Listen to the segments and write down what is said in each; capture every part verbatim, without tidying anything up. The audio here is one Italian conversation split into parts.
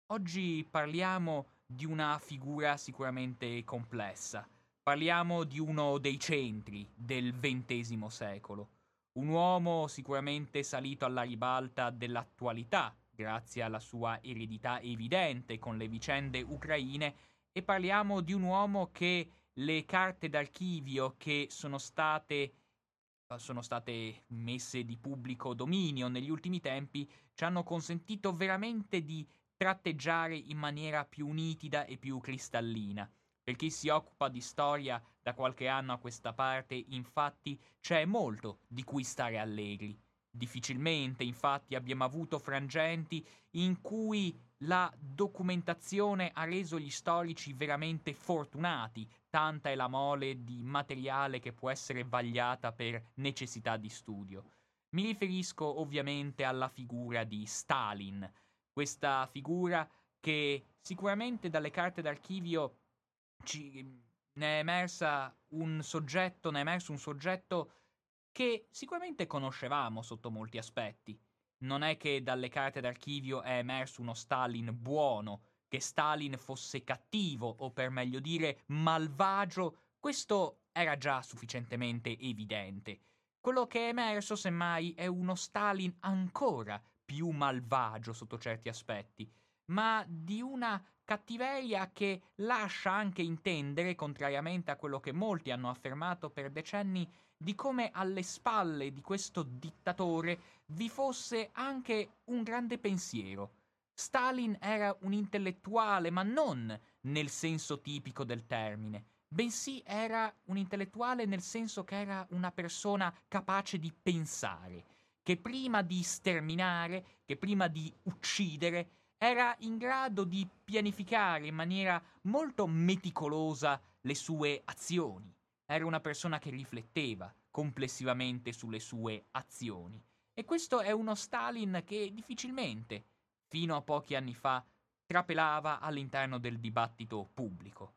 Oggi parliamo di una figura sicuramente complessa. Parliamo di uno dei centri del ventesimo secolo. Un uomo sicuramente salito alla ribalta dell'attualità, grazie alla sua eredità evidente con le vicende ucraine, e parliamo di un uomo che le carte d'archivio che sono state sono state messe di pubblico dominio negli ultimi tempi ci hanno consentito veramente di tratteggiare in maniera più nitida e più cristallina. Per chi si occupa di storia da qualche anno a questa parte, infatti, c'è molto di cui stare allegri. Difficilmente, infatti, abbiamo avuto frangenti in cui la documentazione ha reso gli storici veramente fortunati, tanta è la mole di materiale che può essere vagliata per necessità di studio. Mi riferisco ovviamente alla figura di Stalin, questa figura che sicuramente dalle carte d'archivio ci, ne è emersa un soggetto, ne è emerso un soggetto che sicuramente conoscevamo sotto molti aspetti. Non è che dalle carte d'archivio è emerso uno Stalin buono, che Stalin fosse cattivo o per meglio dire malvagio, questo era già sufficientemente evidente. Quello che è emerso, semmai, è uno Stalin ancora più malvagio sotto certi aspetti, ma di una cattiveria che lascia anche intendere, contrariamente a quello che molti hanno affermato per decenni, di come alle spalle di questo dittatore vi fosse anche un grande pensiero. Stalin era un intellettuale, ma non nel senso tipico del termine, bensì era un intellettuale nel senso che era una persona capace di pensare, che prima di sterminare, che prima di uccidere, era in grado di pianificare in maniera molto meticolosa le sue azioni. Era una persona che rifletteva complessivamente sulle sue azioni. E questo è uno Stalin che difficilmente, fino a pochi anni fa, trapelava all'interno del dibattito pubblico.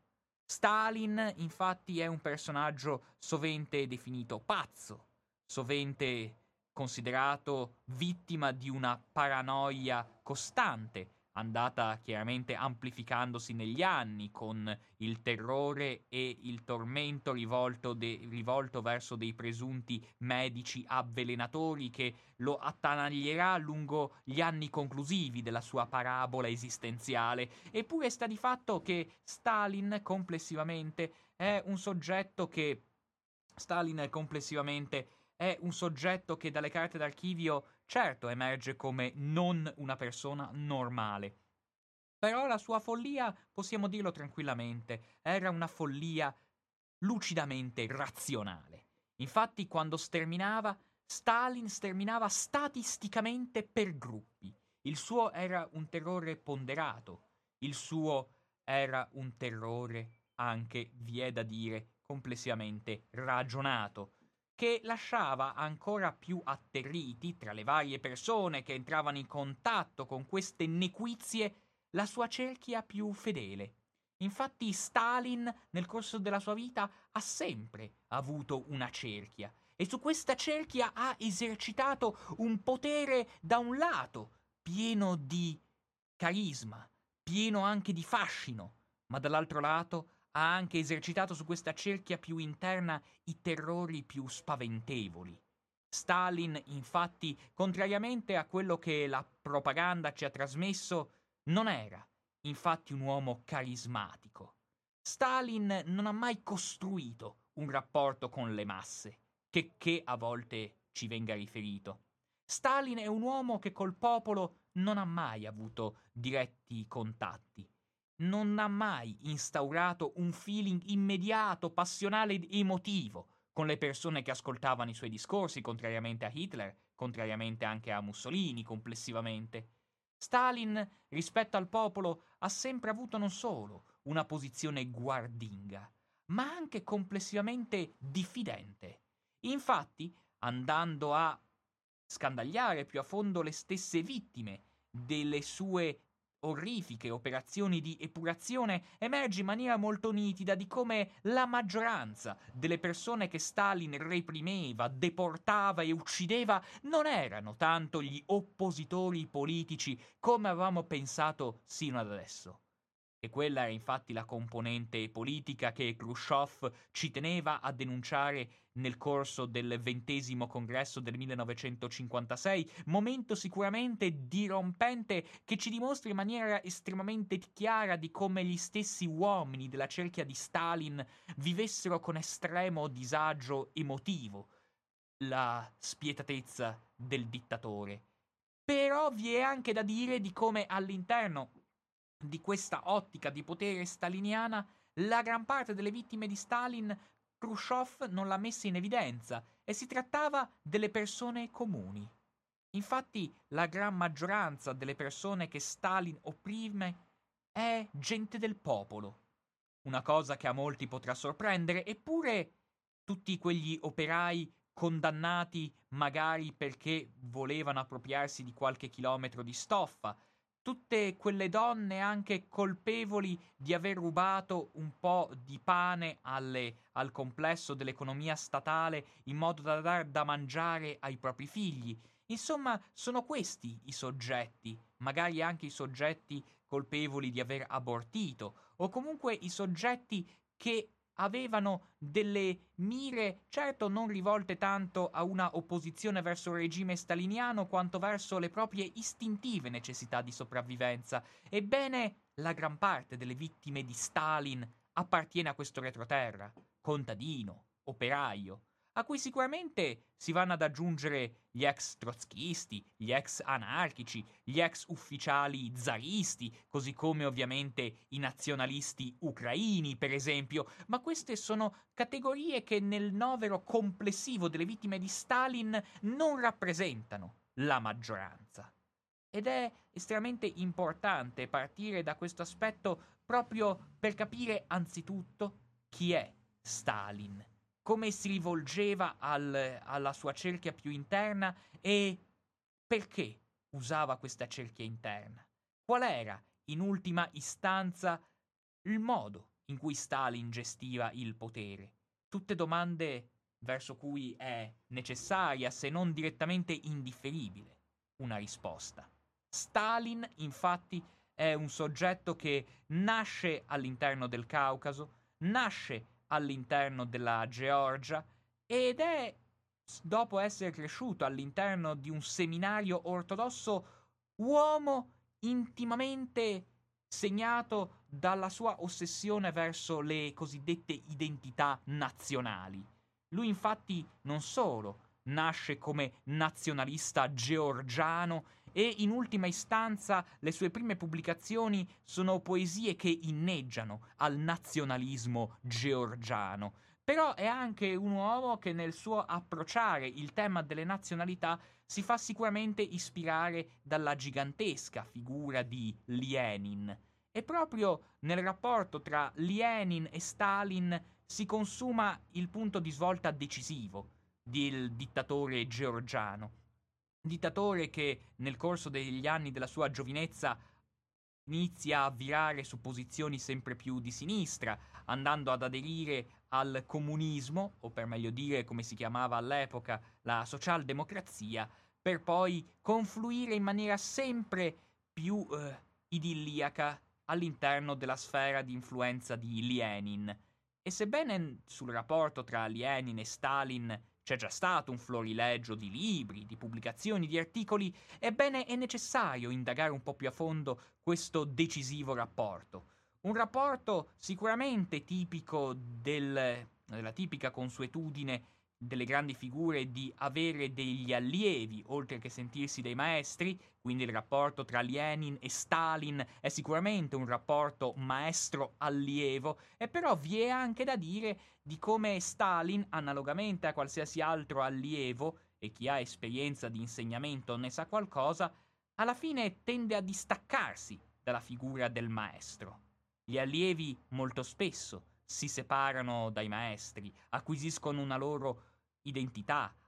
Stalin, infatti, è un personaggio sovente definito pazzo, sovente considerato vittima di una paranoia costante, andata chiaramente amplificandosi negli anni con il terrore e il tormento rivolto, de- rivolto verso dei presunti medici avvelenatori che lo attanaglierà lungo gli anni conclusivi della sua parabola esistenziale. Eppure sta di fatto che Stalin complessivamente è un soggetto che Stalin complessivamente è un soggetto che dalle carte d'archivio certo emerge come non una persona normale. Però la sua follia, possiamo dirlo tranquillamente, era una follia lucidamente razionale. Infatti, quando sterminava, Stalin sterminava statisticamente per gruppi. Il suo era un terrore ponderato, il suo era un terrore anche, vi è da dire, complessivamente ragionato, che lasciava ancora più atterriti tra le varie persone che entravano in contatto con queste nequizie la sua cerchia più fedele. Infatti Stalin nel corso della sua vita ha sempre avuto una cerchia e su questa cerchia ha esercitato un potere da un lato pieno di carisma, pieno anche di fascino, ma dall'altro lato ha anche esercitato su questa cerchia più interna i terrori più spaventevoli. Stalin, infatti, contrariamente a quello che la propaganda ci ha trasmesso, non era infatti un uomo carismatico. Stalin non ha mai costruito un rapporto con le masse, che, che a volte ci venga riferito. Stalin è un uomo che col popolo non ha mai avuto diretti contatti. Non ha mai instaurato un feeling immediato, passionale ed emotivo con le persone che ascoltavano i suoi discorsi, contrariamente a Hitler, contrariamente anche a Mussolini complessivamente. Stalin, rispetto al popolo, ha sempre avuto non solo una posizione guardinga, ma anche complessivamente diffidente. Infatti, andando a scandagliare più a fondo le stesse vittime delle sue orrifiche operazioni di epurazione, emerge in maniera molto nitida di come la maggioranza delle persone che Stalin reprimeva, deportava e uccideva non erano tanto gli oppositori politici come avevamo pensato sino ad adesso. E quella era infatti la componente politica che Khrushchev ci teneva a denunciare nel corso del ventesimo congresso del millenovecentocinquantasei, momento sicuramente dirompente che ci dimostra in maniera estremamente chiara di come gli stessi uomini della cerchia di Stalin vivessero con estremo disagio emotivo la spietatezza del dittatore. Però vi è anche da dire di come all'interno di questa ottica di potere staliniana la gran parte delle vittime di Stalin Khrushchev non l'ha messa in evidenza e si trattava delle persone comuni. Infatti la gran maggioranza delle persone che Stalin opprime è gente del popolo. Una cosa che a molti potrà sorprendere, eppure tutti quegli operai condannati magari perché volevano appropriarsi di qualche chilometro di stoffa, tutte quelle donne anche colpevoli di aver rubato un po' di pane alle, al complesso dell'economia statale in modo da dar da mangiare ai propri figli. Insomma, sono questi i soggetti, magari anche i soggetti colpevoli di aver abortito, o comunque i soggetti che avevano delle mire certo non rivolte tanto a una opposizione verso il regime staliniano quanto verso le proprie istintive necessità di sopravvivenza. Ebbene, la gran parte delle vittime di Stalin appartiene a questo retroterra, contadino, operaio, a cui sicuramente si vanno ad aggiungere gli ex trotskisti, gli ex anarchici, gli ex ufficiali zaristi, così come ovviamente i nazionalisti ucraini, per esempio, ma queste sono categorie che nel novero complessivo delle vittime di Stalin non rappresentano la maggioranza. Ed è estremamente importante partire da questo aspetto proprio per capire anzitutto chi è Stalin, come si rivolgeva al, alla sua cerchia più interna e perché usava questa cerchia interna. Qual era, in ultima istanza, il modo in cui Stalin gestiva il potere? Tutte domande verso cui è necessaria, se non direttamente indifferibile, una risposta. Stalin, infatti, è un soggetto che nasce all'interno del Caucaso, nasce all'interno della Georgia ed è, dopo essere cresciuto all'interno di un seminario ortodosso, uomo intimamente segnato dalla sua ossessione verso le cosiddette identità nazionali. Lui infatti non solo nasce come nazionalista georgiano e in ultima istanza le sue prime pubblicazioni sono poesie che inneggiano al nazionalismo georgiano. Però è anche un uomo che nel suo approcciare il tema delle nazionalità si fa sicuramente ispirare dalla gigantesca figura di Lenin. E proprio nel rapporto tra Lenin e Stalin si consuma il punto di svolta decisivo del dittatore georgiano. Dittatore che nel corso degli anni della sua giovinezza inizia a virare su posizioni sempre più di sinistra, andando ad aderire al comunismo, o per meglio dire come si chiamava all'epoca, la socialdemocrazia, per poi confluire in maniera sempre più eh, idilliaca all'interno della sfera di influenza di Lenin. E sebbene sul rapporto tra Lenin e Stalin c'è già stato un florilegio di libri, di pubblicazioni, di articoli, ebbene è necessario indagare un po' più a fondo questo decisivo rapporto. Un rapporto sicuramente tipico del, della tipica consuetudine delle grandi figure di avere degli allievi oltre che sentirsi dei maestri, quindi il rapporto tra Lenin e Stalin è sicuramente un rapporto maestro-allievo, e però vi è anche da dire di come Stalin, analogamente a qualsiasi altro allievo, e chi ha esperienza di insegnamento ne sa qualcosa, alla fine tende a distaccarsi dalla figura del maestro. Gli allievi molto spesso si separano dai maestri, acquisiscono una loro identità,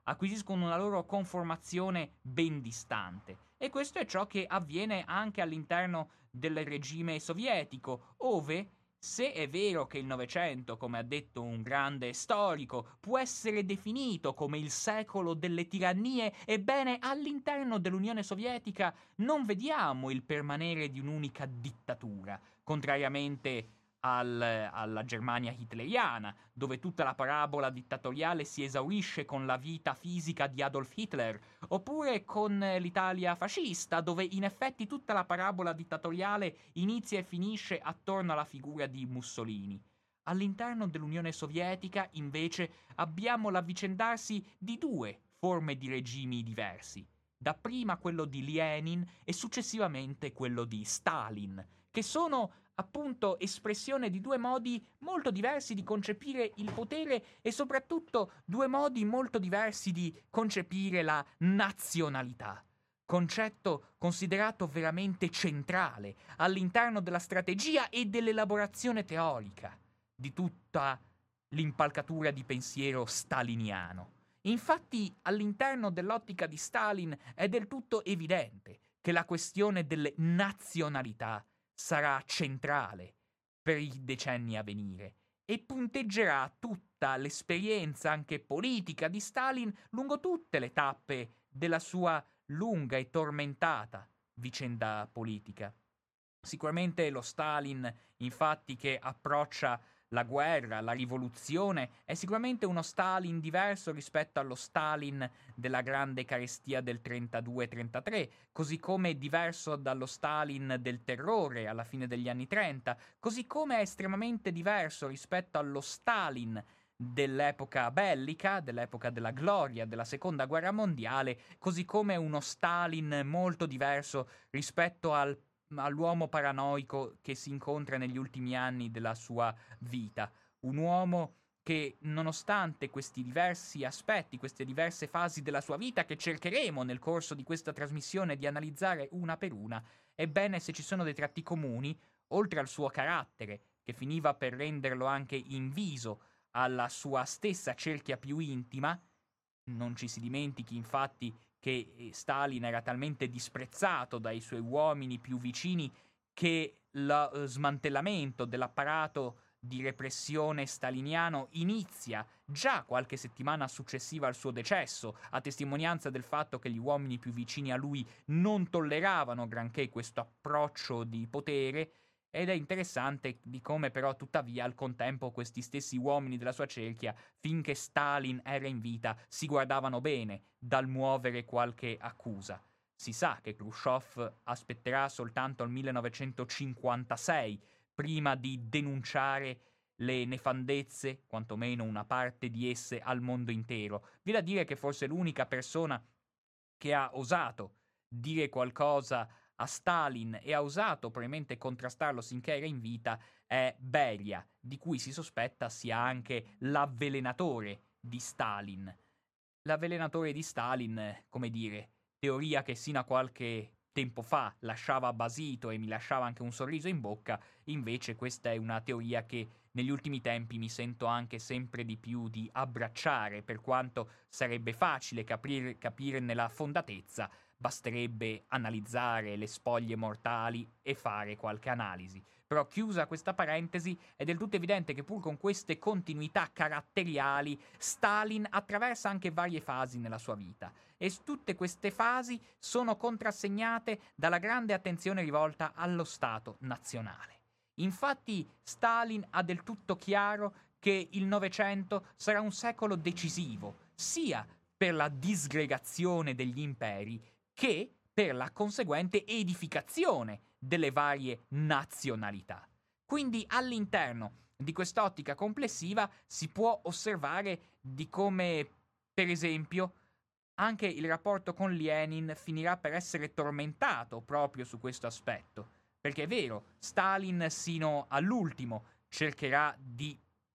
acquisiscono una loro conformazione ben distante. E questo è ciò che avviene anche all'interno del regime sovietico, ove, se è vero che il Novecento, come ha detto un grande storico, può essere definito come il secolo delle tirannie, ebbene all'interno dell'Unione Sovietica non vediamo il permanere di un'unica dittatura, contrariamente al, alla Germania hitleriana, dove tutta la parabola dittatoriale si esaurisce con la vita fisica di Adolf Hitler, oppure con l'Italia fascista, dove in effetti tutta la parabola dittatoriale inizia e finisce attorno alla figura di Mussolini. All'interno dell'Unione Sovietica, invece, abbiamo l'avvicendarsi di due forme di regimi diversi. Dapprima quello di Lenin e successivamente quello di Stalin, che sono appunto espressione di due modi molto diversi di concepire il potere e soprattutto due modi molto diversi di concepire la nazionalità, concetto considerato veramente centrale all'interno della strategia e dell'elaborazione teorica di tutta l'impalcatura di pensiero staliniano. Infatti, all'interno dell'ottica di Stalin è del tutto evidente che la questione delle nazionalità sarà centrale per i decenni a venire e punteggerà tutta l'esperienza anche politica di Stalin lungo tutte le tappe della sua lunga e tormentata vicenda politica. Sicuramente lo Stalin, infatti, che approccia la guerra, la rivoluzione, è sicuramente uno Stalin diverso rispetto allo Stalin della grande carestia del trentadue trentatré, così come è diverso dallo Stalin del terrore alla fine degli anni trenta, così come è estremamente diverso rispetto allo Stalin dell'epoca bellica, dell'epoca della gloria, della seconda guerra mondiale, così come uno Stalin molto diverso rispetto al all'uomo paranoico che si incontra negli ultimi anni della sua vita. Un uomo che, nonostante questi diversi aspetti, queste diverse fasi della sua vita, che cercheremo nel corso di questa trasmissione di analizzare una per una, ebbene, se ci sono dei tratti comuni, oltre al suo carattere, che finiva per renderlo anche inviso alla sua stessa cerchia più intima, non ci si dimentichi infatti che Stalin era talmente disprezzato dai suoi uomini più vicini che lo smantellamento dell'apparato di repressione staliniano inizia già qualche settimana successiva al suo decesso, a testimonianza del fatto che gli uomini più vicini a lui non tolleravano granché questo approccio di potere. Ed è interessante di come però tuttavia al contempo questi stessi uomini della sua cerchia, finché Stalin era in vita, si guardavano bene dal muovere qualche accusa. Si sa che Khrushchev aspetterà soltanto il millenovecentocinquantasei prima di denunciare le nefandezze, quantomeno una parte di esse, al mondo intero. Vi da dire che forse l'unica persona che ha osato dire qualcosa a Stalin e ha osato probabilmente contrastarlo sinché era in vita è Beria, di cui si sospetta sia anche l'avvelenatore di Stalin. L'avvelenatore di Stalin, come dire, teoria che sino a qualche tempo fa lasciava basito e mi lasciava anche un sorriso in bocca, invece questa è una teoria che negli ultimi tempi mi sento anche sempre di più di abbracciare, per quanto sarebbe facile capire, capirne la fondatezza, basterebbe analizzare le spoglie mortali e fare qualche analisi. Però chiusa questa parentesi, è del tutto evidente che pur con queste continuità caratteriali, Stalin attraversa anche varie fasi nella sua vita e tutte queste fasi sono contrassegnate dalla grande attenzione rivolta allo Stato nazionale. Infatti Stalin ha del tutto chiaro che il Novecento sarà un secolo decisivo, sia per la disgregazione degli imperi che per la conseguente edificazione delle varie nazionalità. Quindi all'interno di quest'ottica complessiva si può osservare di come, per esempio, anche il rapporto con Lenin finirà per essere tormentato proprio su questo aspetto. Perché è vero, Stalin sino all'ultimo cercherà di,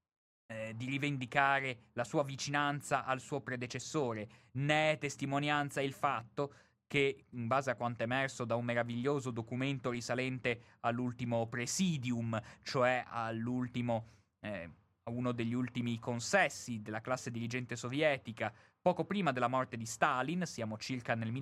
eh, di rivendicare la sua vicinanza al suo predecessore, ne è testimonianza il fatto che, in base a quanto emerso da un meraviglioso documento risalente all'ultimo presidium, cioè all'ultimo, eh, a uno degli ultimi consessi della classe dirigente sovietica, poco prima della morte di Stalin, siamo circa nel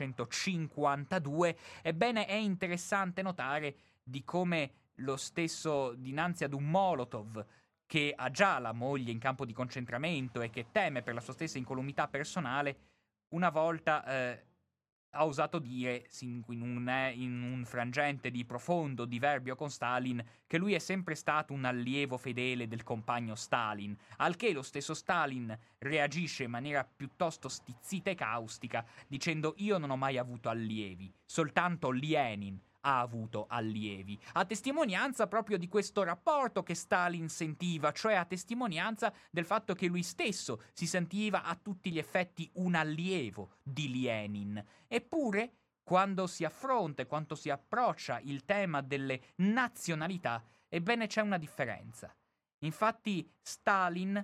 millenovecentocinquantadue. Ebbene, è interessante notare di come lo stesso, dinanzi ad un Molotov che ha già la moglie in campo di concentramento e che teme per la sua stessa incolumità personale, una volta eh, ha osato dire, in un, in un frangente di profondo diverbio con Stalin, che lui è sempre stato un allievo fedele del compagno Stalin, al che lo stesso Stalin reagisce in maniera piuttosto stizzita e caustica, dicendo: io non ho mai avuto allievi, soltanto Lenin ha avuto allievi, a testimonianza proprio di questo rapporto che Stalin sentiva, cioè a testimonianza del fatto che lui stesso si sentiva a tutti gli effetti un allievo di Lenin. Eppure, quando si affronta e quando si approccia il tema delle nazionalità, ebbene c'è una differenza. Infatti Stalin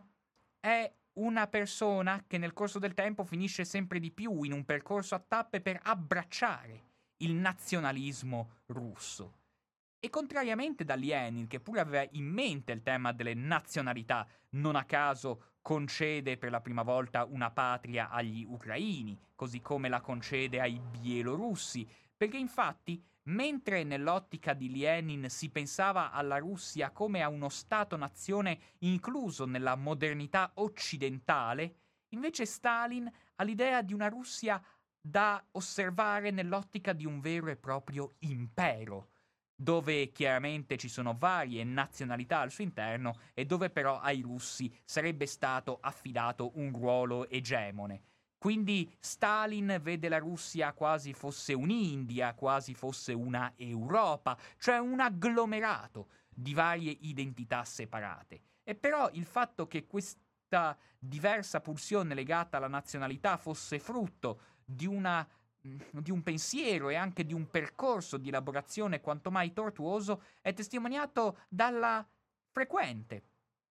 è una persona che nel corso del tempo finisce sempre di più in un percorso a tappe per abbracciare il nazionalismo russo. E contrariamente da Lenin, che pure aveva in mente il tema delle nazionalità, non a caso concede per la prima volta una patria agli ucraini, così come la concede ai bielorussi, perché infatti, mentre nell'ottica di Lenin si pensava alla Russia come a uno Stato-nazione incluso nella modernità occidentale, invece Stalin ha l'idea di una Russia da osservare nell'ottica di un vero e proprio impero, dove chiaramente ci sono varie nazionalità al suo interno e dove però ai russi sarebbe stato affidato un ruolo egemone. Quindi Stalin vede la Russia quasi fosse un'India, quasi fosse una Europa, cioè un agglomerato di varie identità separate. E però il fatto che questa diversa pulsione legata alla nazionalità fosse frutto di una di un pensiero e anche di un percorso di elaborazione quanto mai tortuoso è testimoniato dalla frequente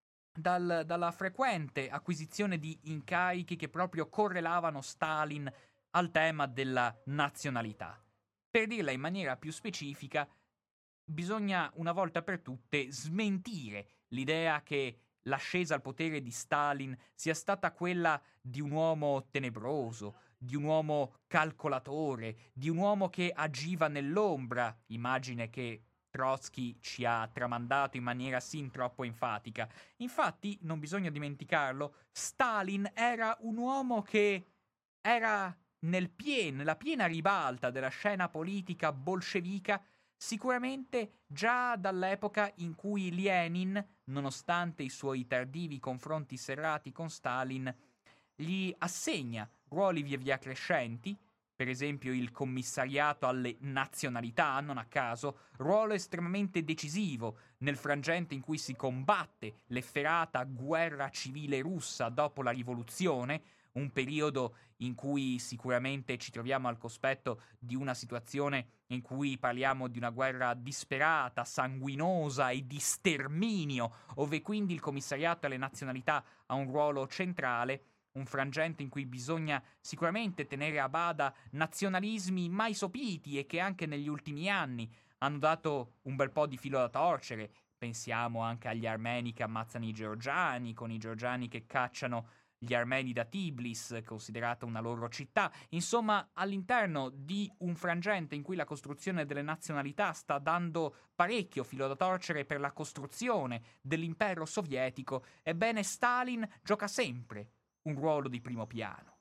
dal, dalla frequente acquisizione di incarichi che proprio correlavano Stalin al tema della nazionalità. Per dirla in maniera più specifica, bisogna una volta per tutte smentire l'idea che l'ascesa al potere di Stalin sia stata quella di un uomo tenebroso, di un uomo calcolatore, di un uomo che agiva nell'ombra, immagine che Trotsky ci ha tramandato in maniera sin troppo enfatica. Infatti, non bisogna dimenticarlo, Stalin era un uomo che era nel pien- nella piena ribalta della scena politica bolscevica, sicuramente già dall'epoca in cui Lenin, nonostante i suoi tardivi confronti serrati con Stalin, gli assegna ruoli via via crescenti, per esempio il commissariato alle nazionalità, non a caso, ruolo estremamente decisivo nel frangente in cui si combatte l'efferata guerra civile russa dopo la rivoluzione, un periodo in cui sicuramente ci troviamo al cospetto di una situazione in cui parliamo di una guerra disperata, sanguinosa e di sterminio, ove quindi il commissariato alle nazionalità ha un ruolo centrale, un frangente in cui bisogna sicuramente tenere a bada nazionalismi mai sopiti e che anche negli ultimi anni hanno dato un bel po' di filo da torcere. Pensiamo anche agli armeni che ammazzano i georgiani, con i georgiani che cacciano gli armeni da Tbilisi, considerata una loro città. Insomma, all'interno di un frangente in cui la costruzione delle nazionalità sta dando parecchio filo da torcere per la costruzione dell'impero sovietico, ebbene Stalin gioca sempre un ruolo di primo piano.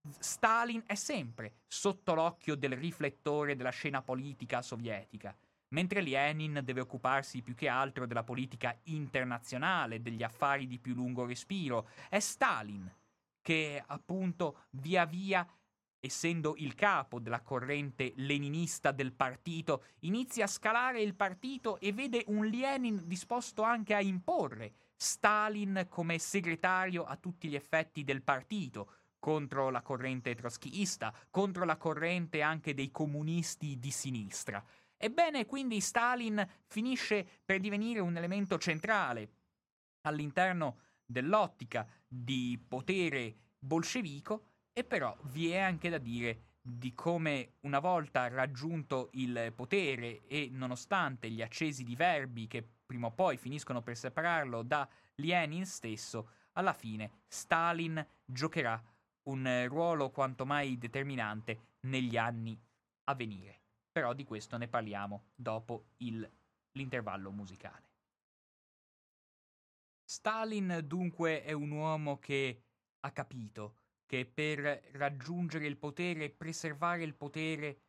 Stalin è sempre sotto l'occhio del riflettore della scena politica sovietica, mentre Lenin deve occuparsi più che altro della politica internazionale, degli affari di più lungo respiro. È Stalin che, appunto, via via, essendo il capo della corrente leninista del partito, inizia a scalare il partito e vede un Lenin disposto anche a imporre Stalin come segretario a tutti gli effetti del partito, contro la corrente trotskista, contro la corrente anche dei comunisti di sinistra. Ebbene, quindi Stalin finisce per divenire un elemento centrale all'interno dell'ottica di potere bolscevico, e però vi è anche da dire di come, una volta raggiunto il potere e nonostante gli accesi diverbi che prima o poi finiscono per separarlo da Lenin stesso, alla fine Stalin giocherà un ruolo quanto mai determinante negli anni a venire. Però di questo ne parliamo dopo il, l'intervallo musicale. Stalin dunque è un uomo che ha capito che per raggiungere il potere e preservare il potere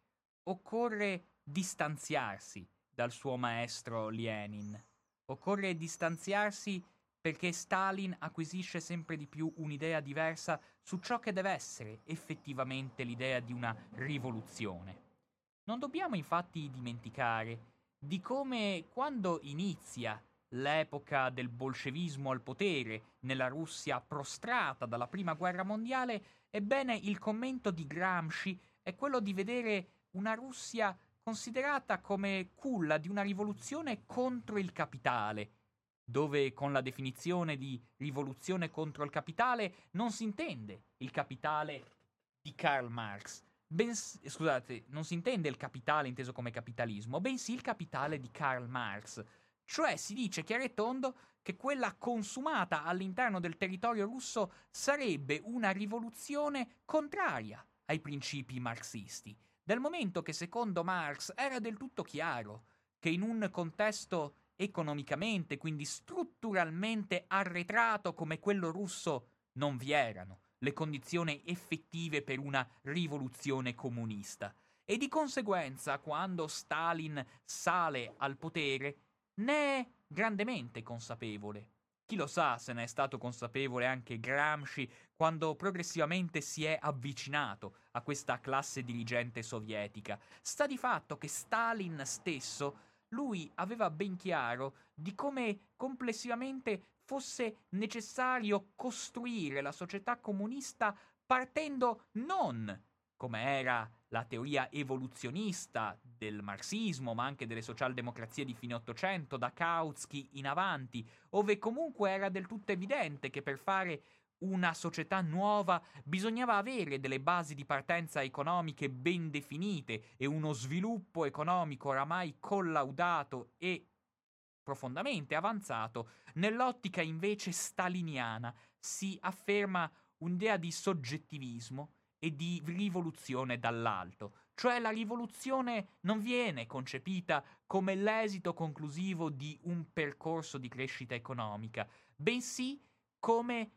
occorre distanziarsi dal suo maestro Lenin. Occorre distanziarsi perché Stalin acquisisce sempre di più un'idea diversa su ciò che deve essere effettivamente l'idea di una rivoluzione. Non dobbiamo infatti dimenticare di come quando inizia l'epoca del bolscevismo al potere nella Russia prostrata dalla prima guerra mondiale, ebbene il commento di Gramsci è quello di vedere una Russia considerata come culla di una rivoluzione contro il capitale, dove con la definizione di rivoluzione contro il capitale non si intende il capitale di Karl Marx, bens- scusate, non si intende il capitale inteso come capitalismo, bensì il capitale di Karl Marx. Cioè si dice chiaro e tondo che quella consumata all'interno del territorio russo sarebbe una rivoluzione contraria ai principi marxisti, dal momento che secondo Marx era del tutto chiaro che in un contesto economicamente, quindi strutturalmente arretrato come quello russo, non vi erano le condizioni effettive per una rivoluzione comunista. E di conseguenza, quando Stalin sale al potere, ne è grandemente consapevole. Chi lo sa se ne è stato consapevole anche Gramsci quando progressivamente si è avvicinato a questa classe dirigente sovietica. Sta di fatto che Stalin stesso, lui aveva ben chiaro di come complessivamente fosse necessario costruire la società comunista partendo non, come era la teoria evoluzionista del marxismo, ma anche delle socialdemocrazie di fine Ottocento, da Kautsky in avanti, ove comunque era del tutto evidente che per fare una società nuova bisognava avere delle basi di partenza economiche ben definite e uno sviluppo economico oramai collaudato e profondamente avanzato. Nell'ottica invece staliniana si afferma un'idea di soggettivismo e di rivoluzione dall'alto, cioè la rivoluzione non viene concepita come l'esito conclusivo di un percorso di crescita economica, bensì come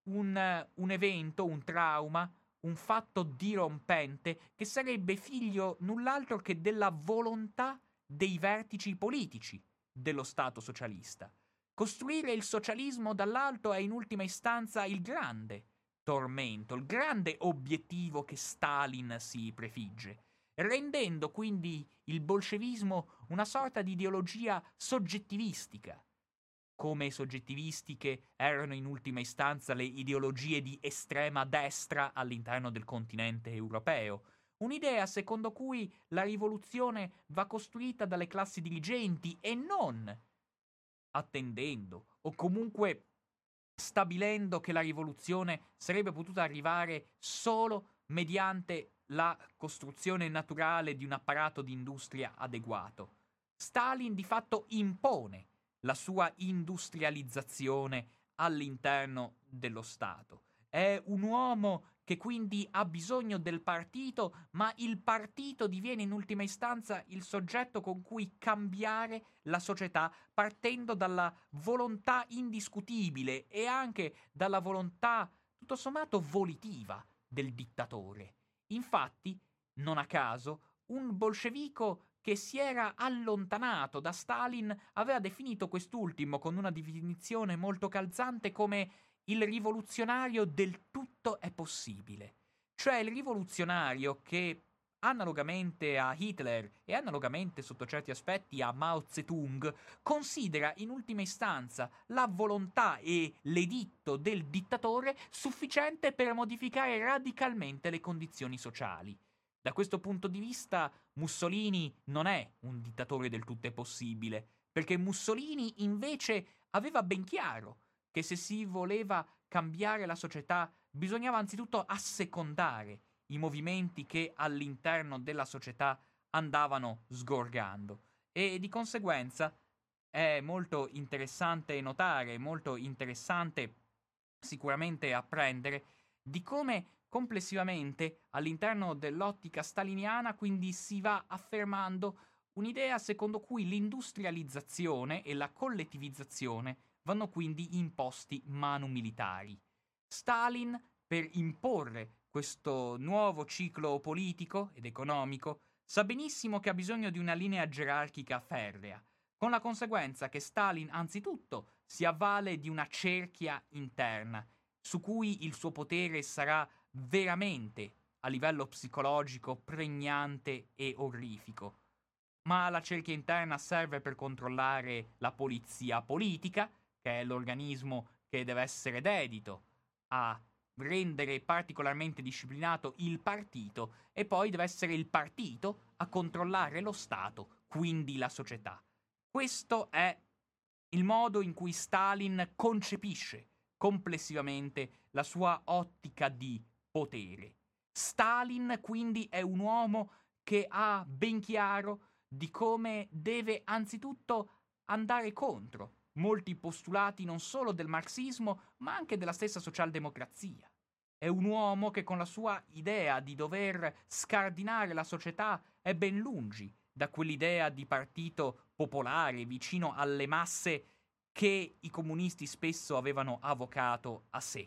un, un evento, un trauma, un fatto dirompente che sarebbe figlio null'altro che della volontà dei vertici politici dello Stato socialista. Costruire il socialismo dall'alto è in ultima istanza il grande tormento, il grande obiettivo che Stalin si prefigge, rendendo quindi il bolscevismo una sorta di ideologia soggettivistica, come soggettivistiche erano in ultima istanza le ideologie di estrema destra all'interno del continente europeo. Un'idea secondo cui la rivoluzione va costruita dalle classi dirigenti e non attendendo o comunque stabilendo che la rivoluzione sarebbe potuta arrivare solo mediante la costruzione naturale di un apparato di industria adeguato. Stalin di fatto impone la sua industrializzazione all'interno dello Stato. È un uomo che quindi ha bisogno del partito, ma il partito diviene in ultima istanza il soggetto con cui cambiare la società, partendo dalla volontà indiscutibile e anche dalla volontà tutto sommato volitiva del dittatore. Infatti, non a caso, un bolscevico che si era allontanato da Stalin aveva definito quest'ultimo con una definizione molto calzante come il rivoluzionario del tutto è possibile. Cioè il rivoluzionario che, analogamente a Hitler e analogamente sotto certi aspetti a Mao Zedong, considera in ultima istanza la volontà e l'editto del dittatore sufficiente per modificare radicalmente le condizioni sociali. Da questo punto di vista Mussolini non è un dittatore del tutto è possibile, perché Mussolini invece aveva ben chiaro che se si voleva cambiare la società bisognava anzitutto assecondare i movimenti che all'interno della società andavano sgorgando e di conseguenza è molto interessante notare, molto interessante sicuramente apprendere di come Complessivamente, all'interno dell'ottica staliniana, quindi si va affermando un'idea secondo cui l'industrializzazione e la collettivizzazione vanno quindi imposti manu militari. Stalin, per imporre questo nuovo ciclo politico ed economico, sa benissimo che ha bisogno di una linea gerarchica ferrea, con la conseguenza che Stalin anzitutto si avvale di una cerchia interna, su cui il suo potere sarà veramente, a livello psicologico, pregnante e orrifico. Ma la cerchia interna serve per controllare la polizia politica, che è l'organismo che deve essere dedito a rendere particolarmente disciplinato il partito, e poi deve essere il partito a controllare lo Stato, quindi la società. Questo è il modo in cui Stalin concepisce complessivamente la sua ottica di potere. Stalin quindi è un uomo che ha ben chiaro di come deve anzitutto andare contro molti postulati non solo del marxismo, ma anche della stessa socialdemocrazia. È un uomo che con la sua idea di dover scardinare la società è ben lungi da quell'idea di partito popolare vicino alle masse che i comunisti spesso avevano avocato a sé.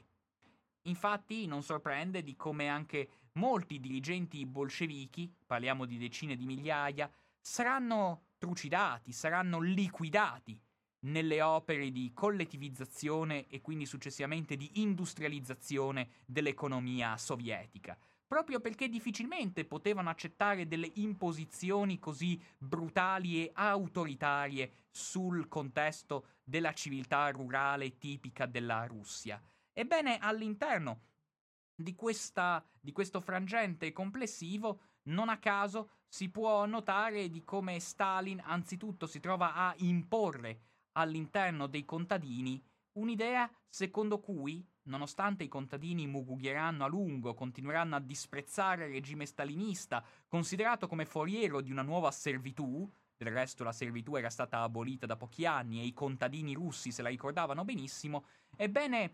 Infatti non sorprende di come anche molti dirigenti bolscevichi, parliamo di decine di migliaia, saranno trucidati, saranno liquidati nelle opere di collettivizzazione e quindi successivamente di industrializzazione dell'economia sovietica, proprio perché difficilmente potevano accettare delle imposizioni così brutali e autoritarie sul contesto della civiltà rurale tipica della Russia. Ebbene, all'interno di, questa, di questo frangente complessivo, non a caso si può notare di come Stalin anzitutto si trova a imporre all'interno dei contadini un'idea secondo cui, nonostante i contadini mugughieranno a lungo, continueranno a disprezzare il regime stalinista, considerato come foriero di una nuova servitù. Del resto la servitù era stata abolita da pochi anni e i contadini russi se la ricordavano benissimo. Ebbene,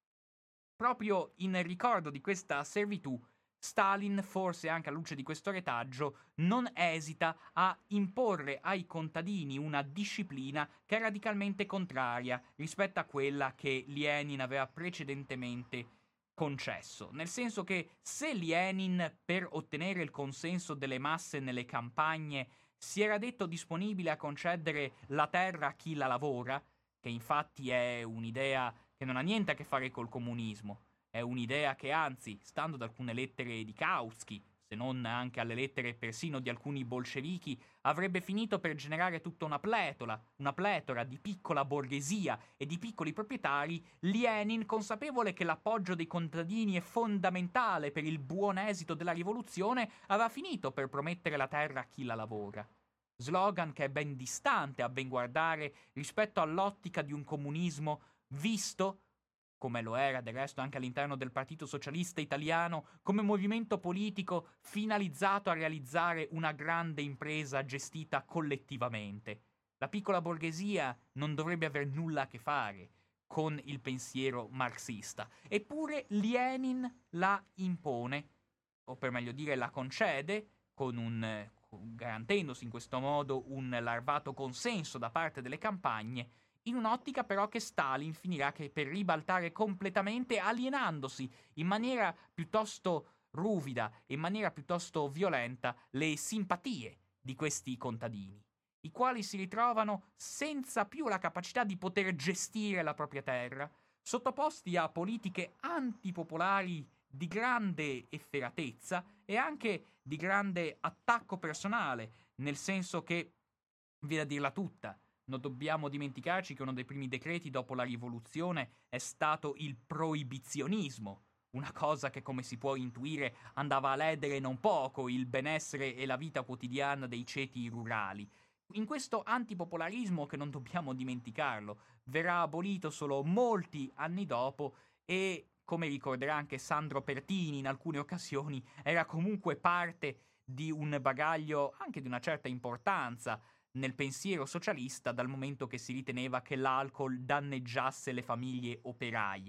proprio in ricordo di questa servitù, Stalin, forse anche alla luce di questo retaggio, non esita a imporre ai contadini una disciplina che è radicalmente contraria rispetto a quella che Lenin aveva precedentemente concesso. Nel senso che se Lenin, per ottenere il consenso delle masse nelle campagne, si era detto disponibile a concedere la terra a chi la lavora, che infatti è un'idea che non ha niente a che fare col comunismo, è un'idea che anzi, stando ad alcune lettere di Kautsky, se non anche alle lettere persino di alcuni bolscevichi, avrebbe finito per generare tutta una pletora, una pletora di piccola borghesia e di piccoli proprietari. Lenin, consapevole che l'appoggio dei contadini è fondamentale per il buon esito della rivoluzione, aveva finito per promettere la terra a chi la lavora. Slogan che è ben distante, a ben guardare, rispetto all'ottica di un comunismo visto, come lo era del resto anche all'interno del Partito Socialista Italiano, come movimento politico finalizzato a realizzare una grande impresa gestita collettivamente. La piccola borghesia non dovrebbe aver nulla a che fare con il pensiero marxista, eppure Lenin la impone, o per meglio dire la concede, con un, garantendosi in questo modo un larvato consenso da parte delle campagne, in un'ottica però che Stalin finirà che per ribaltare completamente, alienandosi in maniera piuttosto ruvida e in maniera piuttosto violenta le simpatie di questi contadini, i quali si ritrovano senza più la capacità di poter gestire la propria terra, sottoposti a politiche antipopolari di grande efferatezza e anche di grande attacco personale, nel senso che, viene a dirla tutta, non dobbiamo dimenticarci che uno dei primi decreti dopo la rivoluzione è stato il proibizionismo, una cosa che, come si può intuire, andava a ledere non poco il benessere e la vita quotidiana dei ceti rurali. In questo antipopolarismo, che non dobbiamo dimenticarlo, verrà abolito solo molti anni dopo e, come ricorderà anche Sandro Pertini in alcune occasioni, era comunque parte di un bagaglio anche di una certa importanza nel pensiero socialista, dal momento che si riteneva che l'alcol danneggiasse le famiglie operaie.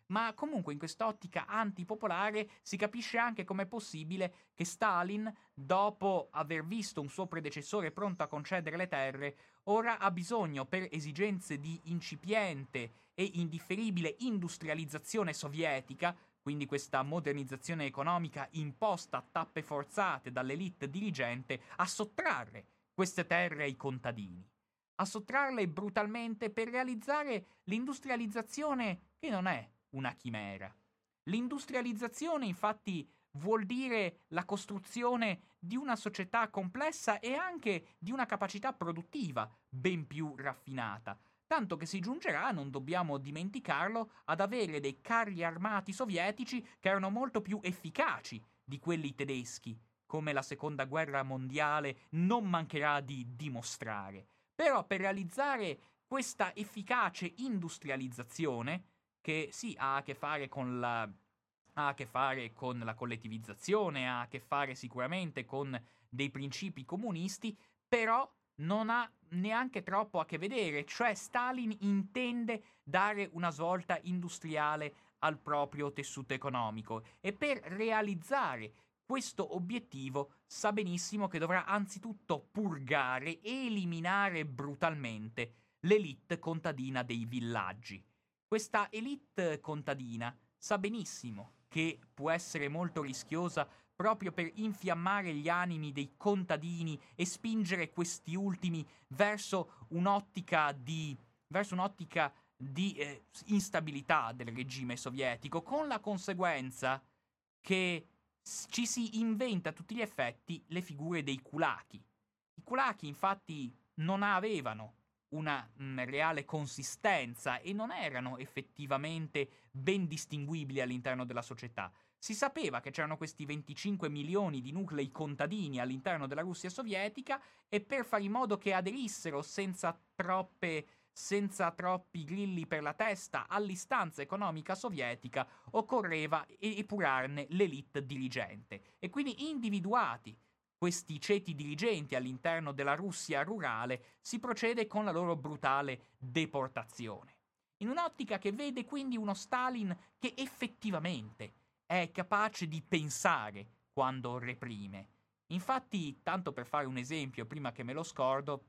ma comunque in quest'ottica antipopolare si capisce anche com'è possibile che Stalin, dopo aver visto un suo predecessore pronto a concedere le terre, ora ha bisogno, per esigenze di incipiente e indifferibile industrializzazione sovietica, quindi questa modernizzazione economica imposta a tappe forzate dall'elite dirigente, a sottrarre queste terre ai contadini, a sottrarle brutalmente per realizzare l'industrializzazione che non è una chimera. L'industrializzazione, infatti, vuol dire la costruzione di una società complessa e anche di una capacità produttiva ben più raffinata, tanto che si giungerà, non dobbiamo dimenticarlo, ad avere dei carri armati sovietici che erano molto più efficaci di quelli tedeschi, come la seconda guerra mondiale non mancherà di dimostrare. Però per realizzare questa efficace industrializzazione, che sì ha a che fare con la ha a che fare con la collettivizzazione, ha a che fare sicuramente con dei principi comunisti, però non ha neanche troppo a che vedere, cioè Stalin intende dare una svolta industriale al proprio tessuto economico e per realizzare questo obiettivo sa benissimo che dovrà anzitutto purgare, eliminare brutalmente l'elite contadina dei villaggi. Questa elite contadina sa benissimo che può essere molto rischiosa proprio per infiammare gli animi dei contadini e spingere questi ultimi verso un'ottica di verso un'ottica di eh, instabilità del regime sovietico, con la conseguenza che s- ci si inventa a tutti gli effetti le figure dei kulaki. I kulaki infatti non avevano una mh, reale consistenza e non erano effettivamente ben distinguibili all'interno della società. Si sapeva che c'erano questi venticinque milioni di nuclei contadini all'interno della Russia sovietica e per fare in modo che aderissero senza troppe senza troppi grilli per la testa all'istanza economica sovietica occorreva epurarne l'elite dirigente e quindi individuati questi ceti dirigenti all'interno della Russia rurale si procede con la loro brutale deportazione. In un'ottica che vede quindi uno Stalin che effettivamente è capace di pensare quando reprime. Infatti, tanto per fare un esempio, prima che me lo scordo,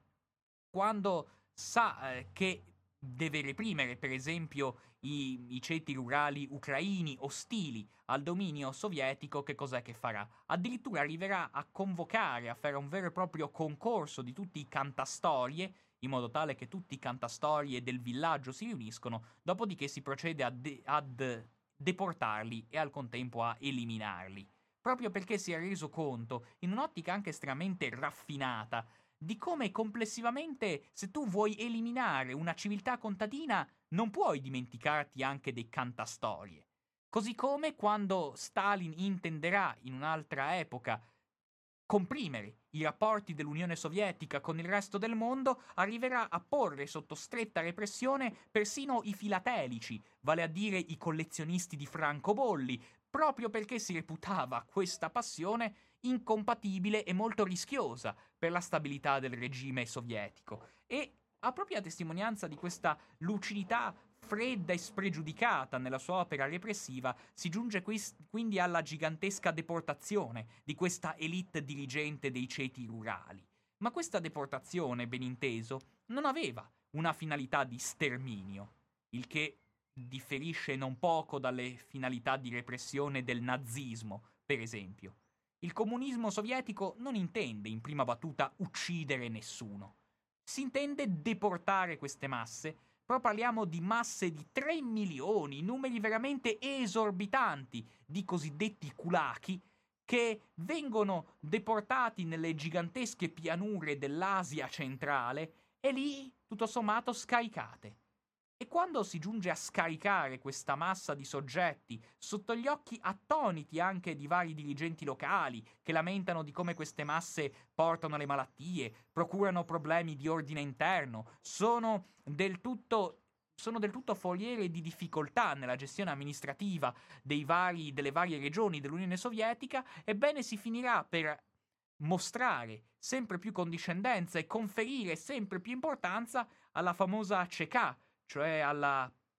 quando sa eh, che deve reprimere, per esempio, i, i ceti rurali ucraini ostili al dominio sovietico, che cos'è che farà? Addirittura arriverà a convocare, a fare un vero e proprio concorso di tutti i cantastorie, in modo tale che tutti i cantastorie del villaggio si riuniscono, dopodiché si procede a de- ad deportarli e al contempo a eliminarli. Proprio perché si è reso conto, in un'ottica anche estremamente raffinata, di come complessivamente, se tu vuoi eliminare una civiltà contadina, non puoi dimenticarti anche dei cantastorie. Così come quando Stalin intenderà, in un'altra epoca, comprimere i rapporti dell'Unione Sovietica con il resto del mondo, arriverà a porre sotto stretta repressione persino i filatelici, vale a dire i collezionisti di francobolli, proprio perché si reputava questa passione incompatibile e molto rischiosa per la stabilità del regime sovietico. E a propria testimonianza di questa lucidità fredda e spregiudicata nella sua opera repressiva, si giunge quis- quindi alla gigantesca deportazione di questa elite dirigente dei ceti rurali. Ma questa deportazione, ben inteso, non aveva una finalità di sterminio, il che differisce non poco dalle finalità di repressione del nazismo, per esempio. Il comunismo sovietico non intende in prima battuta uccidere nessuno. Si intende deportare queste masse. Però parliamo di masse di tre milioni, numeri veramente esorbitanti di cosiddetti kulaki che vengono deportati nelle gigantesche pianure dell'Asia centrale e lì, tutto sommato, scaricate. E quando si giunge a scaricare questa massa di soggetti sotto gli occhi attoniti anche di vari dirigenti locali che lamentano di come queste masse portano le malattie, procurano problemi di ordine interno, sono del tutto sono del tutto foriere di difficoltà nella gestione amministrativa dei vari, delle varie regioni dell'Unione Sovietica, ebbene si finirà per mostrare sempre più condiscendenza e conferire sempre più importanza alla famosa C E C A, cioè alla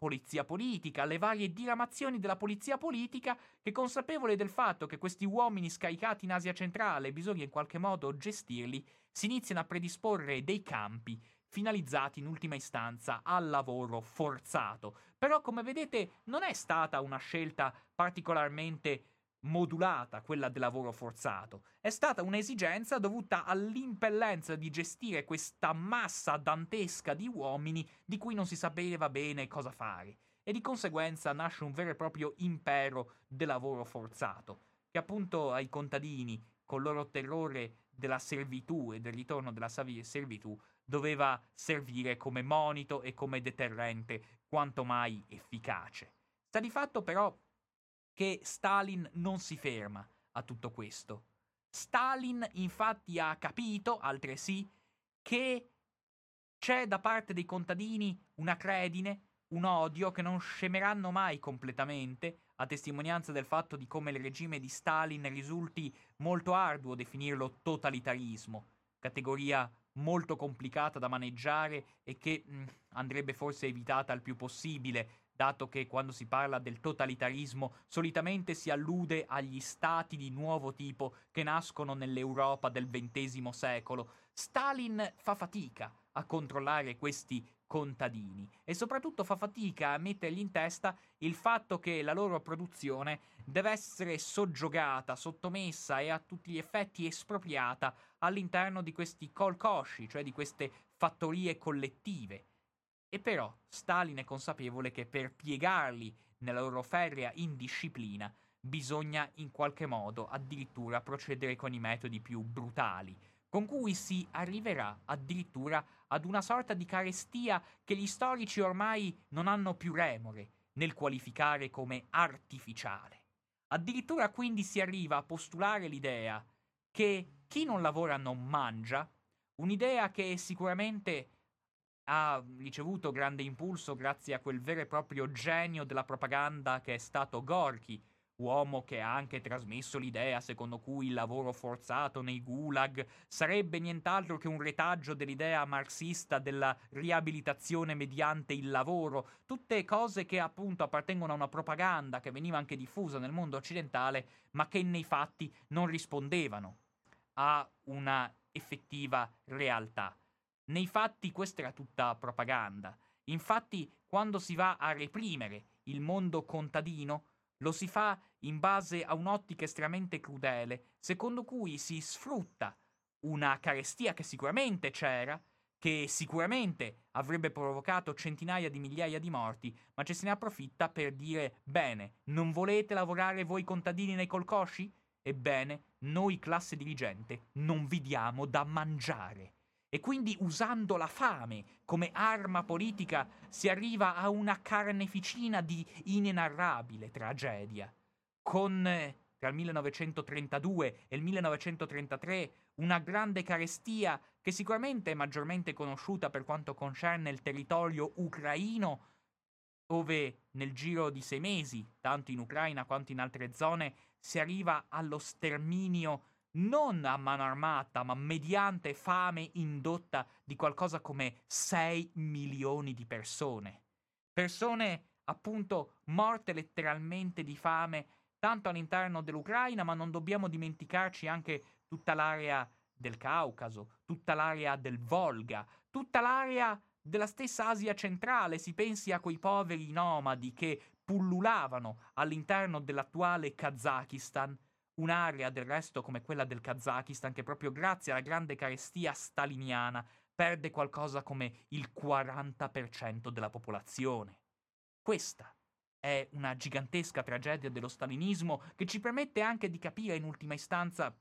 polizia politica, le varie diramazioni della polizia politica che, consapevole del fatto che questi uomini scaricati in Asia centrale bisogna in qualche modo gestirli, si iniziano a predisporre dei campi finalizzati in ultima istanza al lavoro forzato. Però, come vedete, non è stata una scelta particolarmente modulata quella del lavoro forzato. È stata un'esigenza dovuta all'impellenza di gestire questa massa dantesca di uomini di cui non si sapeva bene cosa fare. E di conseguenza nasce un vero e proprio impero del lavoro forzato, che appunto ai contadini, col loro terrore della servitù e del ritorno della servitù, doveva servire come monito e come deterrente quanto mai efficace. Sta di fatto però che Stalin non si ferma a tutto questo. Stalin infatti ha capito, altresì, che c'è da parte dei contadini una credine, un odio che non scemeranno mai completamente, a testimonianza del fatto di come il regime di Stalin risulti molto arduo definirlo totalitarismo, categoria molto complicata da maneggiare e che mh, andrebbe forse evitata il più possibile, dato che quando si parla del totalitarismo solitamente si allude agli stati di nuovo tipo che nascono nell'Europa del ventesimo secolo. Stalin fa fatica a controllare questi contadini e soprattutto fa fatica a mettergli in testa il fatto che la loro produzione deve essere soggiogata, sottomessa e a tutti gli effetti espropriata all'interno di questi kolkhoshi, cioè di queste fattorie collettive. E però Stalin è consapevole che per piegarli nella loro ferrea indisciplina bisogna in qualche modo addirittura procedere con i metodi più brutali, con cui si arriverà addirittura ad una sorta di carestia che gli storici ormai non hanno più remore nel qualificare come artificiale. Addirittura quindi si arriva a postulare l'idea che chi non lavora non mangia, un'idea che sicuramente ha ricevuto grande impulso grazie a quel vero e proprio genio della propaganda che è stato Gorky, uomo che ha anche trasmesso l'idea secondo cui il lavoro forzato nei gulag sarebbe nient'altro che un retaggio dell'idea marxista della riabilitazione mediante il lavoro, tutte cose che appunto appartengono a una propaganda che veniva anche diffusa nel mondo occidentale, ma che nei fatti non rispondevano a una effettiva realtà. Nei fatti questa era tutta propaganda. Infatti, quando si va a reprimere il mondo contadino, lo si fa in base a un'ottica estremamente crudele, secondo cui si sfrutta una carestia che sicuramente c'era, che sicuramente avrebbe provocato centinaia di migliaia di morti, ma ci se ne approfitta per dire: bene, non volete lavorare voi contadini nei kolkhoshi? Ebbene, noi classe dirigente non vi diamo da mangiare. E quindi usando la fame come arma politica si arriva a una carneficina di inenarrabile tragedia. Con eh, tra il millenovecentotrentadue e il millenovecentotrentatré una grande carestia che sicuramente è maggiormente conosciuta per quanto concerne il territorio ucraino, dove nel giro di sei mesi, tanto in Ucraina quanto in altre zone, si arriva allo sterminio non a mano armata, ma mediante fame indotta di qualcosa come sei milioni di persone. Persone appunto morte letteralmente di fame, tanto all'interno dell'Ucraina, ma non dobbiamo dimenticarci anche tutta l'area del Caucaso, tutta l'area del Volga, tutta l'area della stessa Asia centrale. Si pensi a quei poveri nomadi che pullulavano all'interno dell'attuale Kazakistan, un'area del resto come quella del Kazakistan che proprio grazie alla grande carestia staliniana perde qualcosa come il quaranta per cento della popolazione. Questa è una gigantesca tragedia dello stalinismo che ci permette anche di capire in ultima istanza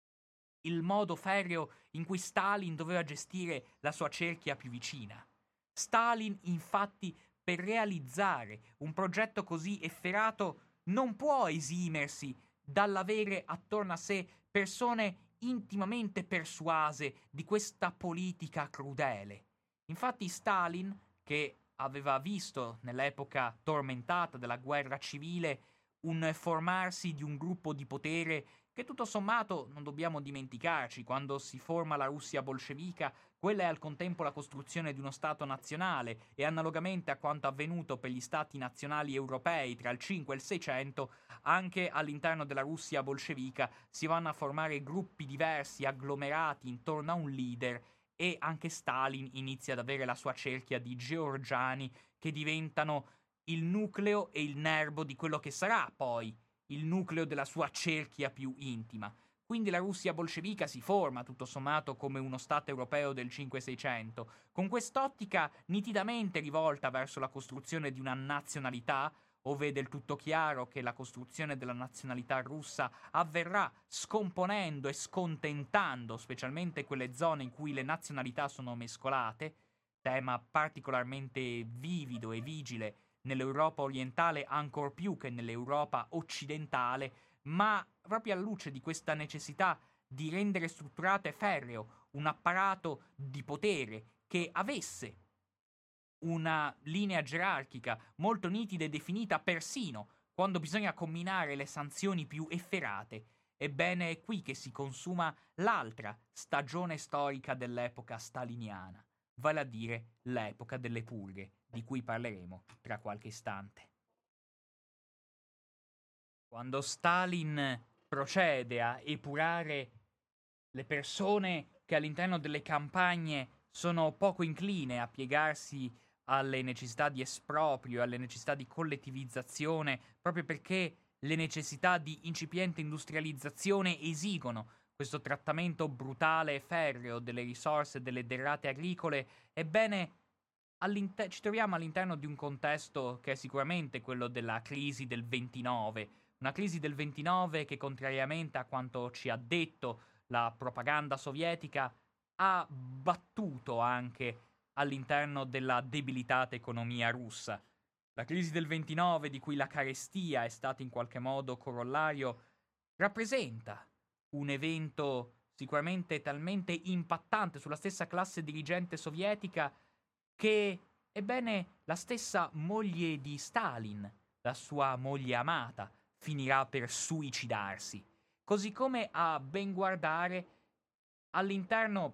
il modo ferreo in cui Stalin doveva gestire la sua cerchia più vicina. Stalin, infatti, per realizzare un progetto così efferato non può esimersi dall'avere attorno a sé persone intimamente persuase di questa politica crudele. Infatti Stalin, che aveva visto nell'epoca tormentata della guerra civile un formarsi di un gruppo di potere che tutto sommato non dobbiamo dimenticarci, quando si forma la Russia bolscevica, quella è al contempo la costruzione di uno Stato nazionale e analogamente a quanto avvenuto per gli Stati nazionali europei tra il cinque e il seicento, anche all'interno della Russia bolscevica si vanno a formare gruppi diversi, agglomerati intorno a un leader e anche Stalin inizia ad avere la sua cerchia di georgiani che diventano il nucleo e il nervo di quello che sarà poi il nucleo della sua cerchia più intima. Quindi la Russia bolscevica si forma tutto sommato come uno Stato europeo del cinque seicento, con quest'ottica nitidamente rivolta verso la costruzione di una nazionalità, ove è del tutto chiaro che la costruzione della nazionalità russa avverrà scomponendo e scontentando specialmente quelle zone in cui le nazionalità sono mescolate, tema particolarmente vivido e vigile nell'Europa orientale ancor più che nell'Europa occidentale, ma proprio alla luce di questa necessità di rendere strutturato e ferreo un apparato di potere che avesse una linea gerarchica molto nitida e definita persino quando bisogna combinare le sanzioni più efferate. Ebbene è qui che si consuma l'altra stagione storica dell'epoca staliniana, vale a dire l'epoca delle purghe, di cui parleremo tra qualche istante. Quando Stalin procede a epurare le persone che all'interno delle campagne sono poco incline a piegarsi alle necessità di esproprio, alle necessità di collettivizzazione, proprio perché le necessità di incipiente industrializzazione esigono questo trattamento brutale e ferreo delle risorse e delle derrate agricole, ebbene ci troviamo all'interno di un contesto che è sicuramente quello della crisi del ventinove, una crisi del ventinove che contrariamente a quanto ci ha detto la propaganda sovietica ha battuto anche all'interno della debilitata economia russa. La crisi del ventinove, di cui la carestia è stata in qualche modo corollario, rappresenta un evento sicuramente talmente impattante sulla stessa classe dirigente sovietica che, ebbene, la stessa moglie di Stalin, la sua moglie amata, finirà per suicidarsi. Così come a ben guardare all'interno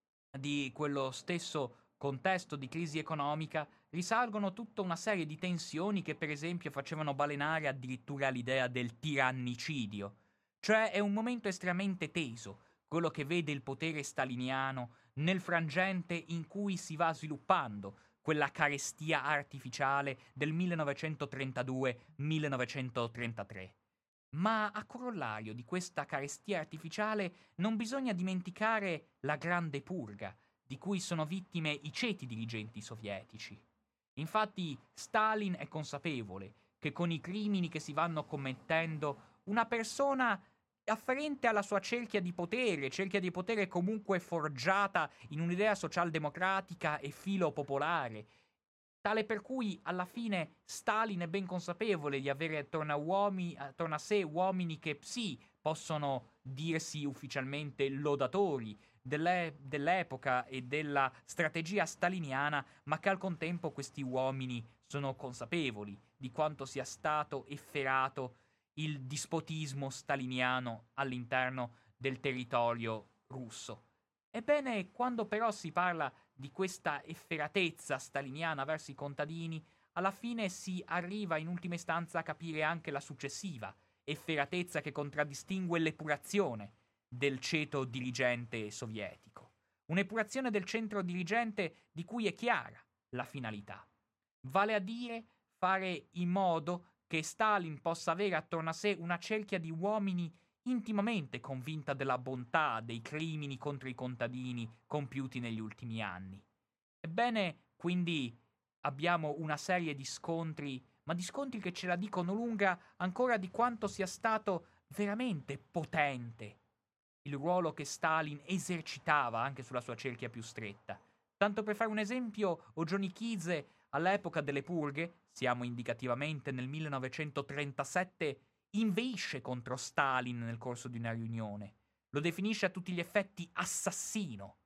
di quello stesso contesto di crisi economica risalgono tutta una serie di tensioni che per esempio facevano balenare addirittura l'idea del tirannicidio. Cioè è un momento estremamente teso, quello che vede il potere staliniano nel frangente in cui si va sviluppando quella carestia artificiale del millenovecentotrentadue millenovecentotrentatré. Ma a corollario di questa carestia artificiale non bisogna dimenticare la grande purga, di cui sono vittime i ceti dirigenti sovietici. Infatti Stalin è consapevole che con i crimini che si vanno commettendo una persona afferente alla sua cerchia di potere, cerchia di potere comunque forgiata in un'idea socialdemocratica e filo popolare, tale per cui alla fine Stalin è ben consapevole di avere attorno a, uomini, attorno a sé uomini che sì, possono dirsi ufficialmente lodatori dell'e- dell'epoca e della strategia staliniana, ma che al contempo questi uomini sono consapevoli di quanto sia stato efferato il dispotismo staliniano all'interno del territorio russo. Ebbene, quando però si parla di questa efferatezza staliniana verso i contadini, alla fine si arriva in ultima istanza a capire anche la successiva efferatezza che contraddistingue l'epurazione del ceto dirigente sovietico. Un'epurazione del centro dirigente di cui è chiara la finalità. Vale a dire fare in modo che Stalin possa avere attorno a sé una cerchia di uomini intimamente convinta della bontà dei crimini contro i contadini compiuti negli ultimi anni. Ebbene, quindi abbiamo una serie di scontri, ma di scontri che ce la dicono lunga ancora di quanto sia stato veramente potente il ruolo che Stalin esercitava anche sulla sua cerchia più stretta. Tanto per fare un esempio, Orджonikidze all'epoca delle purghe, siamo indicativamente nel millenovecentotrentasette, inveisce contro Stalin nel corso di una riunione. Lo definisce a tutti gli effetti assassino.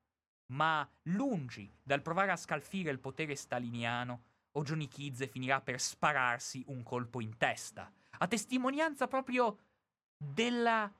Ma lungi dal provare a scalfire il potere staliniano, Orджonikidze finirà per spararsi un colpo in testa, a testimonianza proprio della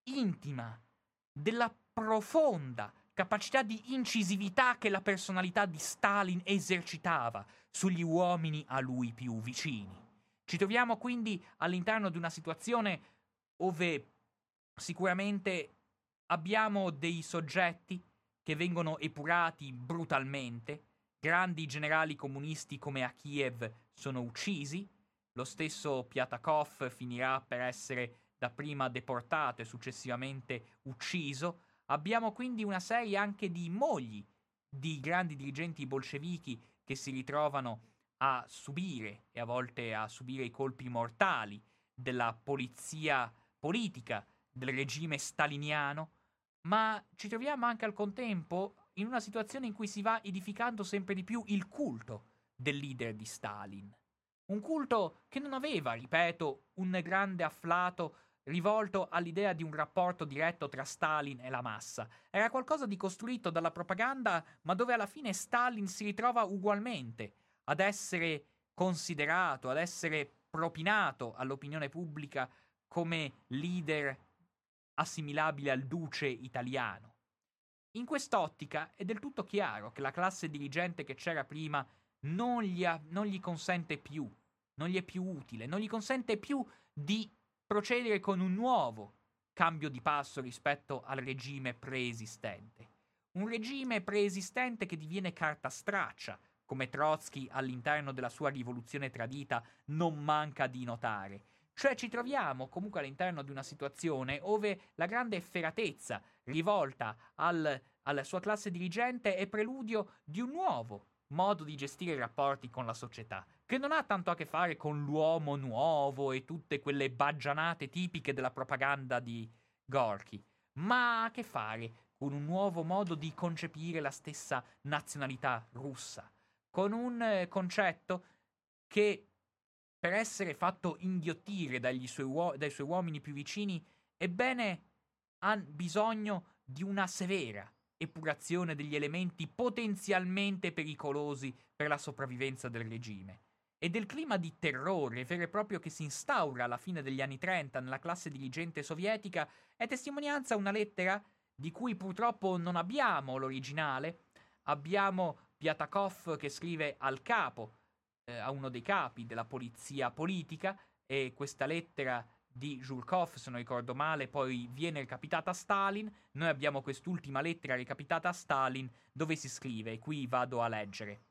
intima, della profonda capacità di incisività che la personalità di Stalin esercitava sugli uomini a lui più vicini. Ci troviamo quindi all'interno di una situazione dove sicuramente abbiamo dei soggetti che vengono epurati brutalmente, grandi generali comunisti come a Kiev sono uccisi, lo stesso Piatakov finirà per essere dapprima deportato e successivamente ucciso. Abbiamo quindi una serie anche di mogli di grandi dirigenti bolscevichi che si ritrovano a subire e a volte a subire i colpi mortali della polizia politica del regime staliniano, ma ci troviamo anche al contempo in una situazione in cui si va edificando sempre di più il culto del leader di Stalin. Un culto che non aveva, ripeto, un grande afflato rivolto all'idea di un rapporto diretto tra Stalin e la massa. Era qualcosa di costruito dalla propaganda, ma dove alla fine Stalin si ritrova ugualmente ad essere considerato, ad essere propinato all'opinione pubblica come leader assimilabile al duce italiano. In quest'ottica è del tutto chiaro che la classe dirigente che c'era prima non gli, ha, non gli consente più, non gli è più utile, non gli consente più di procedere con un nuovo cambio di passo rispetto al regime preesistente. Un regime preesistente che diviene carta straccia, come Trotsky all'interno della sua rivoluzione tradita non manca di notare. Cioè ci troviamo comunque all'interno di una situazione dove la grande efferatezza rivolta al, alla sua classe dirigente è preludio di un nuovo modo di gestire i rapporti con la società, che non ha tanto a che fare con l'uomo nuovo e tutte quelle baggianate tipiche della propaganda di Gorky, ma ha a che fare con un nuovo modo di concepire la stessa nazionalità russa, con un eh, concetto che per essere fatto inghiottire dagli suoi uo- dai suoi uomini più vicini, ebbene ha bisogno di una severa epurazione degli elementi potenzialmente pericolosi per la sopravvivenza del regime. E del clima di terrore vero e proprio che si instaura alla fine degli anni trenta nella classe dirigente sovietica è testimonianza una lettera di cui purtroppo non abbiamo l'originale. Abbiamo Piatakov che scrive al capo, eh, a uno dei capi della polizia politica, e questa lettera di Zhulkov, se non ricordo male, poi viene recapitata a Stalin. Noi abbiamo quest'ultima lettera recapitata a Stalin dove si scrive, e qui vado a leggere.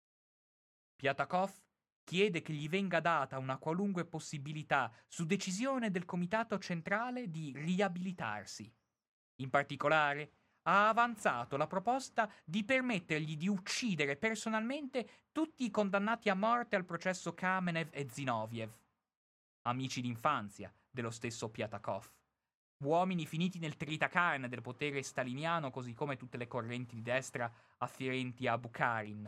Piatakov chiede che gli venga data una qualunque possibilità, su decisione del comitato centrale, di riabilitarsi. In particolare, ha avanzato la proposta di permettergli di uccidere personalmente tutti i condannati a morte al processo Kamenev e Zinoviev, amici d'infanzia dello stesso Piatakov, uomini finiti nel tritacarne del potere staliniano, così come tutte le correnti di destra afferenti a Bukharin,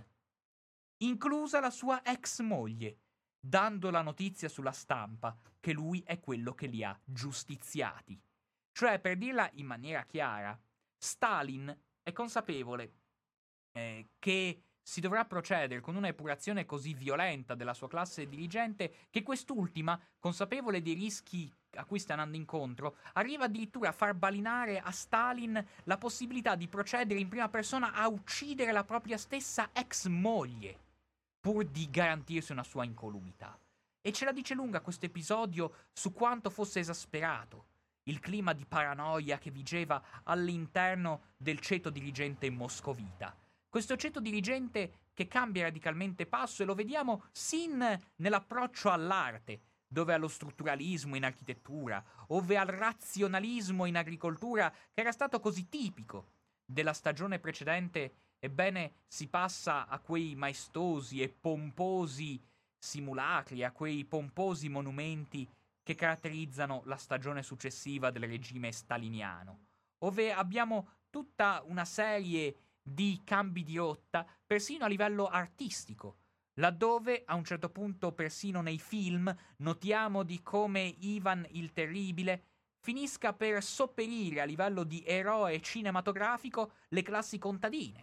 inclusa la sua ex moglie, dando la notizia sulla stampa che lui è quello che li ha giustiziati. Cioè, per dirla in maniera chiara, Stalin è consapevole eh, che si dovrà procedere con una epurazione così violenta della sua classe dirigente che quest'ultima, consapevole dei rischi a cui sta andando incontro, arriva addirittura a far balinare a Stalin la possibilità di procedere in prima persona a uccidere la propria stessa ex moglie, pur di garantirsi una sua incolumità. E ce la dice lunga questo episodio su quanto fosse esasperato il clima di paranoia che vigeva all'interno del ceto dirigente moscovita. Questo ceto dirigente che cambia radicalmente passo, e lo vediamo sin nell'approccio all'arte, dove allo strutturalismo in architettura, ove al razionalismo in agricoltura, che era stato così tipico della stagione precedente, ebbene si passa a quei maestosi e pomposi simulacri, a quei pomposi monumenti che caratterizzano la stagione successiva del regime staliniano, ove abbiamo tutta una serie di cambi di rotta, persino a livello artistico, laddove a un certo punto persino nei film notiamo di come Ivan il Terribile finisca per sopperire a livello di eroe cinematografico le classi contadine,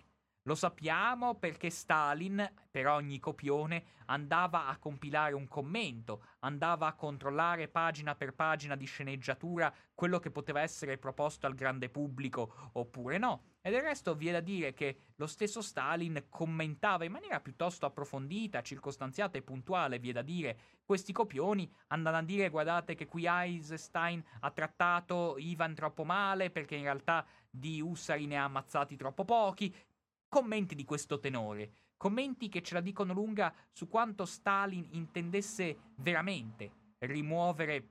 Lo sappiamo perché Stalin, per ogni copione, andava a compilare un commento, andava a controllare pagina per pagina di sceneggiatura quello che poteva essere proposto al grande pubblico oppure no. E del resto vi è da dire che lo stesso Stalin commentava in maniera piuttosto approfondita, circostanziata e puntuale, vi è da dire, questi copioni, andando a dire guardate che qui Eisenstein ha trattato Ivan troppo male perché in realtà di Ussari ne ha ammazzati troppo pochi, commenti di questo tenore, commenti che ce la dicono lunga su quanto Stalin intendesse veramente rimuovere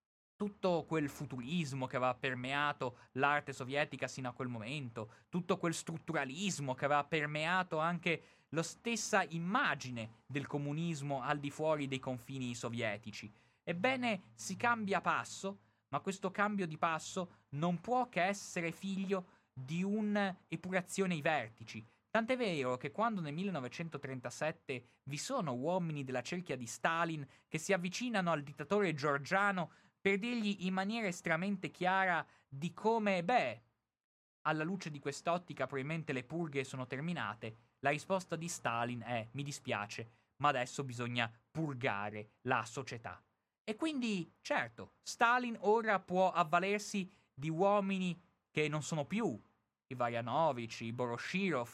tutto quel futurismo che aveva permeato l'arte sovietica sino a quel momento, tutto quel strutturalismo che aveva permeato anche la stessa immagine del comunismo al di fuori dei confini sovietici. Ebbene, si cambia passo, ma questo cambio di passo non può che essere figlio di un'epurazione ai vertici. Tant'è vero che quando nel millenovecentotrentasette vi sono uomini della cerchia di Stalin che si avvicinano al dittatore georgiano per dirgli in maniera estremamente chiara di come, beh, alla luce di quest'ottica probabilmente le purghe sono terminate, la risposta di Stalin è mi dispiace, ma adesso bisogna purgare la società. E quindi, certo, Stalin ora può avvalersi di uomini che non sono più i Varianovich, i Boroshirov,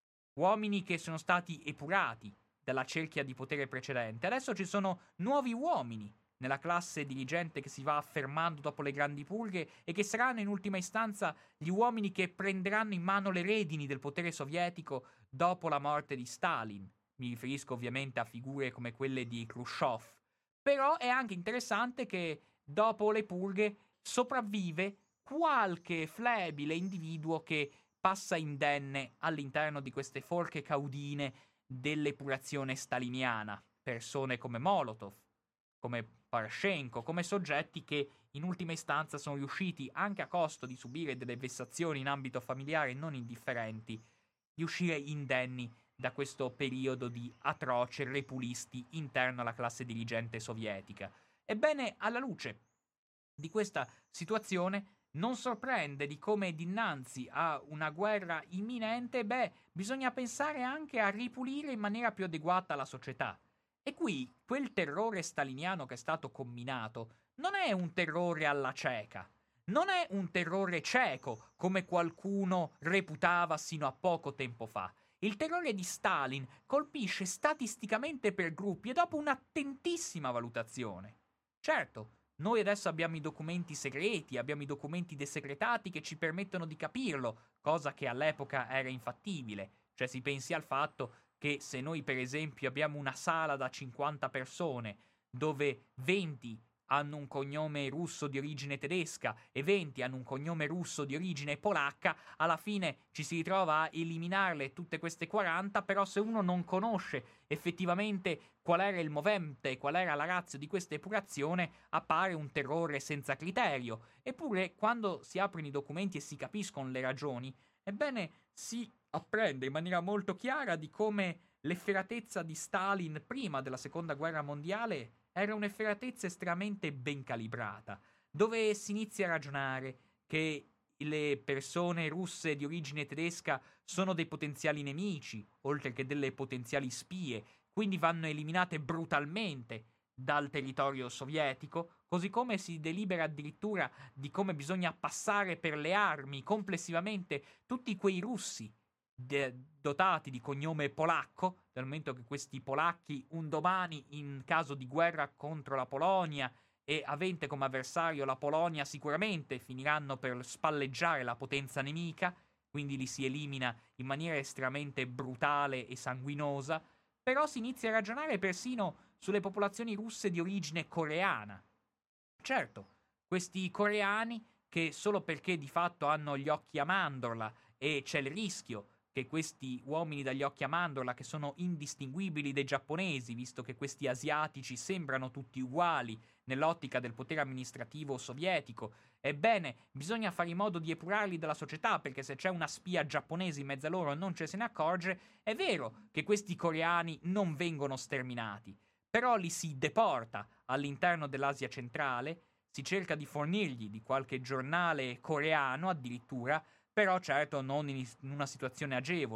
uomini che sono stati epurati dalla cerchia di potere precedente. Adesso ci sono nuovi uomini nella classe dirigente che si va affermando dopo le grandi purghe e che saranno in ultima istanza gli uomini che prenderanno in mano le redini del potere sovietico dopo la morte di Stalin. Mi riferisco ovviamente a figure come quelle di Khrushchev. Però è anche interessante che dopo le purghe sopravvive qualche flebile individuo che passa indenne all'interno di queste forche caudine dell'epurazione staliniana. Persone come Molotov, come Poroshenko, come soggetti che in ultima istanza sono riusciti, anche a costo di subire delle vessazioni in ambito familiare non indifferenti, di uscire indenni da questo periodo di atroce repulisti interno alla classe dirigente sovietica. Ebbene, alla luce di questa situazione, non sorprende di come dinanzi a una guerra imminente, beh, bisogna pensare anche a ripulire in maniera più adeguata la società. E qui quel terrore staliniano che è stato comminato non è un terrore alla cieca, non è un terrore cieco come qualcuno reputava sino a poco tempo fa. Il terrore di Stalin colpisce statisticamente per gruppi e dopo un'attentissima valutazione. Certo, noi adesso abbiamo i documenti segreti, abbiamo i documenti desecretati che ci permettono di capirlo, cosa che all'epoca era infattibile. Cioè si pensi al fatto che se noi per esempio abbiamo una sala da cinquanta persone dove venti hanno un cognome russo di origine tedesca e venti hanno un cognome russo di origine polacca, alla fine ci si ritrova a eliminarle tutte queste quaranta, però se uno non conosce effettivamente qual era il movente, qual era la razza di questa epurazione, appare un terrore senza criterio. Eppure, quando si aprono i documenti e si capiscono le ragioni, ebbene, si apprende in maniera molto chiara di come l'efferatezza di Stalin prima della seconda guerra mondiale era un'efferatezza estremamente ben calibrata, dove si inizia a ragionare che le persone russe di origine tedesca sono dei potenziali nemici, oltre che delle potenziali spie, quindi vanno eliminate brutalmente dal territorio sovietico, così come si delibera addirittura di come bisogna passare per le armi complessivamente tutti quei russi de- dotati di cognome polacco, dal momento che questi polacchi un domani in caso di guerra contro la Polonia e avente come avversario la Polonia sicuramente finiranno per spalleggiare la potenza nemica, quindi li si elimina in maniera estremamente brutale e sanguinosa, però si inizia a ragionare persino sulle popolazioni russe di origine coreana. Certo, questi coreani che solo perché di fatto hanno gli occhi a mandorla e c'è il rischio che questi uomini dagli occhi a mandorla che sono indistinguibili dai giapponesi, visto che questi asiatici sembrano tutti uguali nell'ottica del potere amministrativo sovietico, ebbene, bisogna fare in modo di epurarli dalla società, perché se c'è una spia giapponese in mezzo a loro non ce se ne accorge. È vero che questi coreani non vengono sterminati, però li si deporta all'interno dell'Asia centrale, si cerca di fornirgli di qualche giornale coreano addirittura, però certo non in una situazione agevole,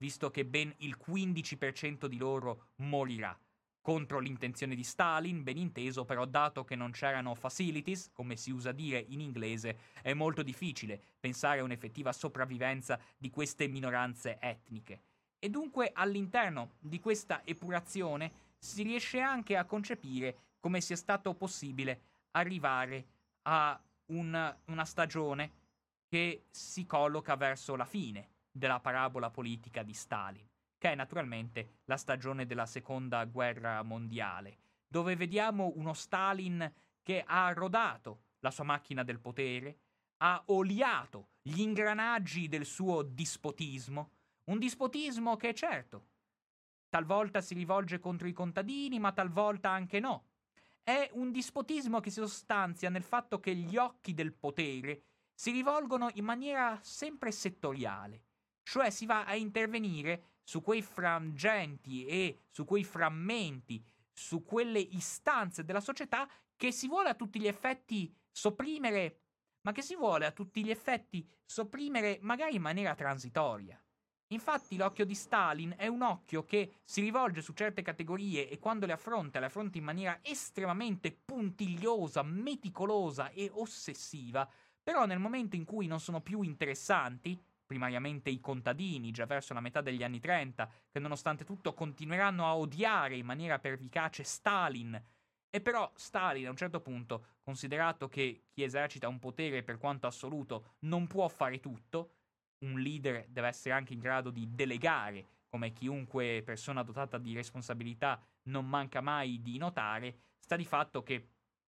visto che ben il quindici per cento di loro morirà. Contro l'intenzione di Stalin, ben inteso, però dato che non c'erano facilities, come si usa dire in inglese, è molto difficile pensare a un'effettiva sopravvivenza di queste minoranze etniche. E dunque all'interno di questa epurazione si riesce anche a concepire come sia stato possibile arrivare a un, una stagione che si colloca verso la fine della parabola politica di Stalin, che è naturalmente la stagione della seconda guerra mondiale, dove vediamo uno Stalin che ha rodato la sua macchina del potere, ha oliato gli ingranaggi del suo dispotismo, un dispotismo che, certo, talvolta si rivolge contro i contadini, ma talvolta anche no. È un dispotismo che si sostanzia nel fatto che gli occhi del potere si rivolgono in maniera sempre settoriale, cioè si va a intervenire su quei frangenti e su quei frammenti, su quelle istanze della società che si vuole a tutti gli effetti sopprimere, ma che si vuole a tutti gli effetti sopprimere magari in maniera transitoria. Infatti l'occhio di Stalin è un occhio che si rivolge su certe categorie e quando le affronta, le affronta in maniera estremamente puntigliosa, meticolosa e ossessiva, però nel momento in cui non sono più interessanti, primariamente i contadini, già verso la metà degli anni trenta, che nonostante tutto continueranno a odiare in maniera pervicace Stalin, e però Stalin a un certo punto, considerato che chi esercita un potere per quanto assoluto non può fare tutto, un leader deve essere anche in grado di delegare, come chiunque persona dotata di responsabilità non manca mai di notare, sta di fatto che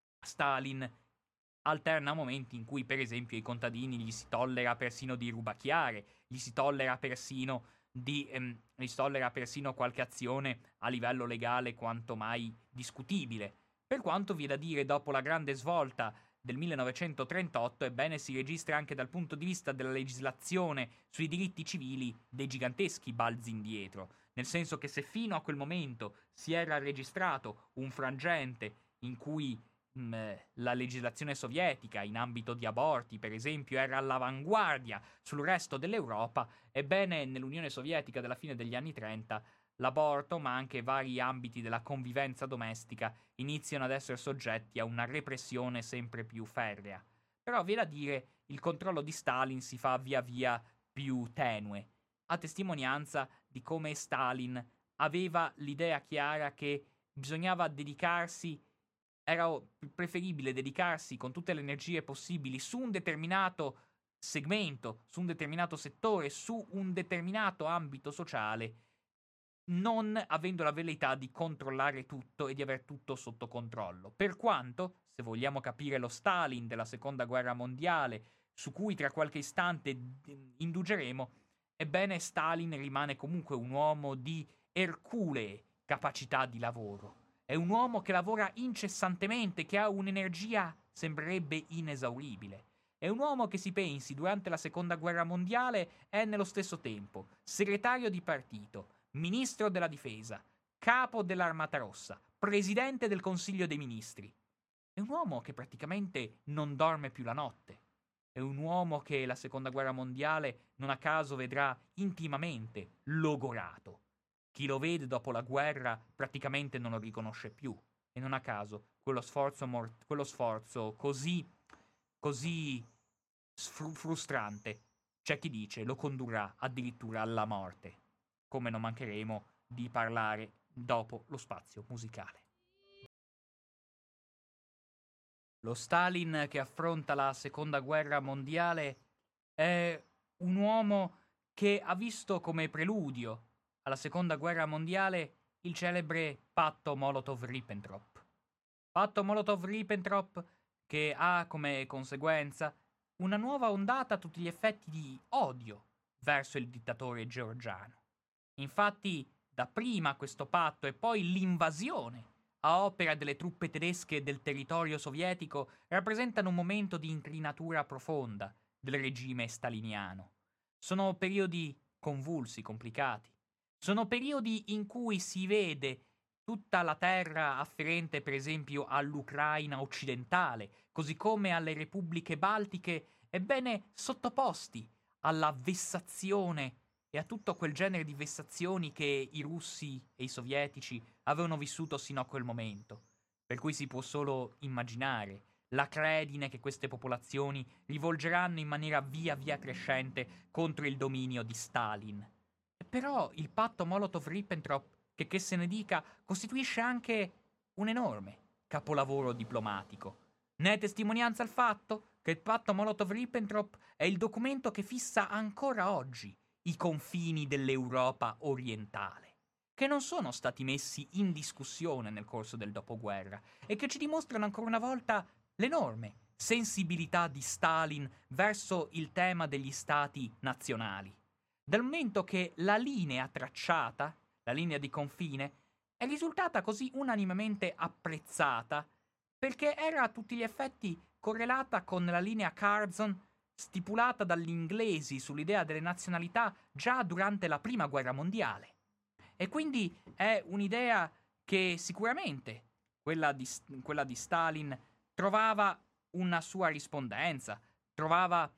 Stalin alterna momenti in cui, per esempio, ai contadini gli si tollera persino di rubacchiare, gli si tollera persino di ehm, gli si tollera persino qualche azione a livello legale quanto mai discutibile. Per quanto vi è da dire, dopo la grande svolta del millenovecentotrentotto, ebbene si registra anche dal punto di vista della legislazione sui diritti civili dei giganteschi balzi indietro, nel senso che se fino a quel momento si era registrato un frangente in cui mh, la legislazione sovietica in ambito di aborti, per esempio, era all'avanguardia sul resto dell'Europa, ebbene nell'Unione Sovietica della fine degli anni trenta l'aborto, ma anche vari ambiti della convivenza domestica, iniziano ad essere soggetti a una repressione sempre più ferrea. Però, vi è da dire, il controllo di Stalin si fa via via più tenue, a testimonianza di come Stalin aveva l'idea chiara che bisognava dedicarsi, era preferibile dedicarsi con tutte le energie possibili su un determinato segmento, su un determinato settore, su un determinato ambito sociale, non avendo la velleità di controllare tutto e di aver tutto sotto controllo. Per quanto, se vogliamo capire lo Stalin della seconda guerra mondiale, su cui tra qualche istante indugeremo, ebbene Stalin rimane comunque un uomo di erculee capacità di lavoro. È un uomo che lavora incessantemente, che ha un'energia sembrerebbe inesauribile. È un uomo che, si pensi, durante la seconda guerra mondiale è nello stesso tempo segretario di partito, ministro della difesa, capo dell'Armata Rossa, presidente del Consiglio dei Ministri. È un uomo che praticamente non dorme più la notte. È un uomo che la seconda guerra mondiale non a caso vedrà intimamente logorato. Chi lo vede dopo la guerra praticamente non lo riconosce più. E non a caso quello sforzo, mor- quello sforzo così, così sfru- frustrante, c'è chi dice lo condurrà addirittura alla morte, come non mancheremo di parlare dopo lo spazio musicale. Lo Stalin che affronta la seconda guerra mondiale è un uomo che ha visto come preludio alla seconda guerra mondiale il celebre patto Molotov-Ribbentrop. Patto Molotov-Ribbentrop che ha come conseguenza una nuova ondata a tutti gli effetti di odio verso il dittatore georgiano. Infatti, dapprima questo patto e poi l'invasione a opera delle truppe tedesche del territorio sovietico rappresentano un momento di incrinatura profonda del regime staliniano. Sono periodi convulsi, complicati. Sono periodi in cui si vede tutta la terra afferente, per esempio, all'Ucraina occidentale, così come alle repubbliche baltiche, ebbene sottoposti alla vessazione e a tutto quel genere di vessazioni che i russi e i sovietici avevano vissuto sino a quel momento. Per cui si può solo immaginare l'acredine che queste popolazioni rivolgeranno in maniera via via crescente contro il dominio di Stalin. Però il patto Molotov-Ribbentrop, che che se ne dica, costituisce anche un enorme capolavoro diplomatico. Ne è testimonianza il fatto che il patto Molotov-Ribbentrop è il documento che fissa ancora oggi i confini dell'Europa orientale, che non sono stati messi in discussione nel corso del dopoguerra e che ci dimostrano ancora una volta l'enorme sensibilità di Stalin verso il tema degli stati nazionali. Dal momento che la linea tracciata, la linea di confine, è risultata così unanimemente apprezzata perché era a tutti gli effetti correlata con la linea Curzon stipulata dagli inglesi sull'idea delle nazionalità già durante la Prima Guerra Mondiale. E quindi è un'idea che sicuramente quella di, quella di Stalin trovava una sua rispondenza, trovava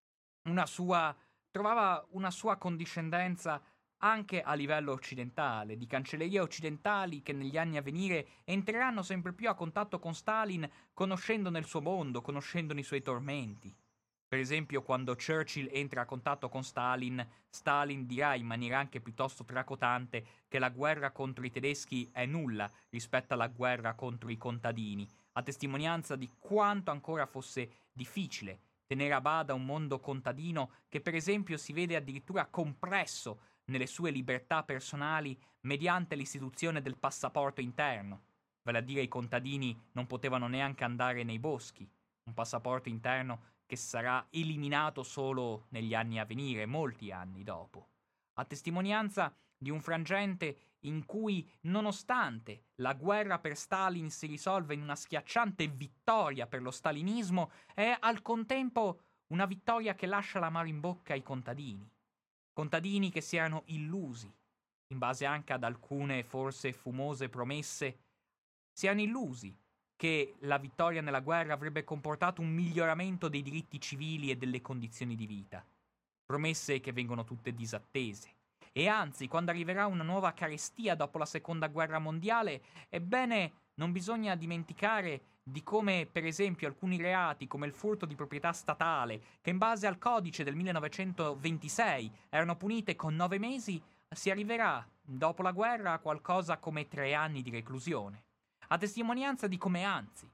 una sua, trovava una sua condiscendenza anche a livello occidentale, di cancellerie occidentali che negli anni a venire entreranno sempre più a contatto con Stalin, conoscendone il suo mondo, conoscendone i suoi tormenti. Per esempio, quando Churchill entra a contatto con Stalin, Stalin dirà in maniera anche piuttosto tracotante che la guerra contro i tedeschi è nulla rispetto alla guerra contro i contadini, a testimonianza di quanto ancora fosse difficile tenere a bada un mondo contadino che per esempio si vede addirittura compresso nelle sue libertà personali mediante l'istituzione del passaporto interno. Vale a dire i contadini non potevano neanche andare nei boschi. Un passaporto interno che sarà eliminato solo negli anni a venire, molti anni dopo. A testimonianza di un frangente in cui, nonostante la guerra per Stalin si risolve in una schiacciante vittoria per lo stalinismo, è al contempo una vittoria che lascia l'amaro in bocca ai contadini. Contadini che si erano illusi, in base anche ad alcune forse fumose promesse, si erano illusi che la vittoria nella guerra avrebbe comportato un miglioramento dei diritti civili e delle condizioni di vita. Promesse che vengono tutte disattese. E anzi, quando arriverà una nuova carestia dopo la seconda guerra mondiale, ebbene, non bisogna dimenticare di come, per esempio, alcuni reati, come il furto di proprietà statale, che in base al codice del millenovecentoventisei erano punite con nove mesi, si arriverà, dopo la guerra, a qualcosa come tre anni di reclusione. A testimonianza di come, anzi,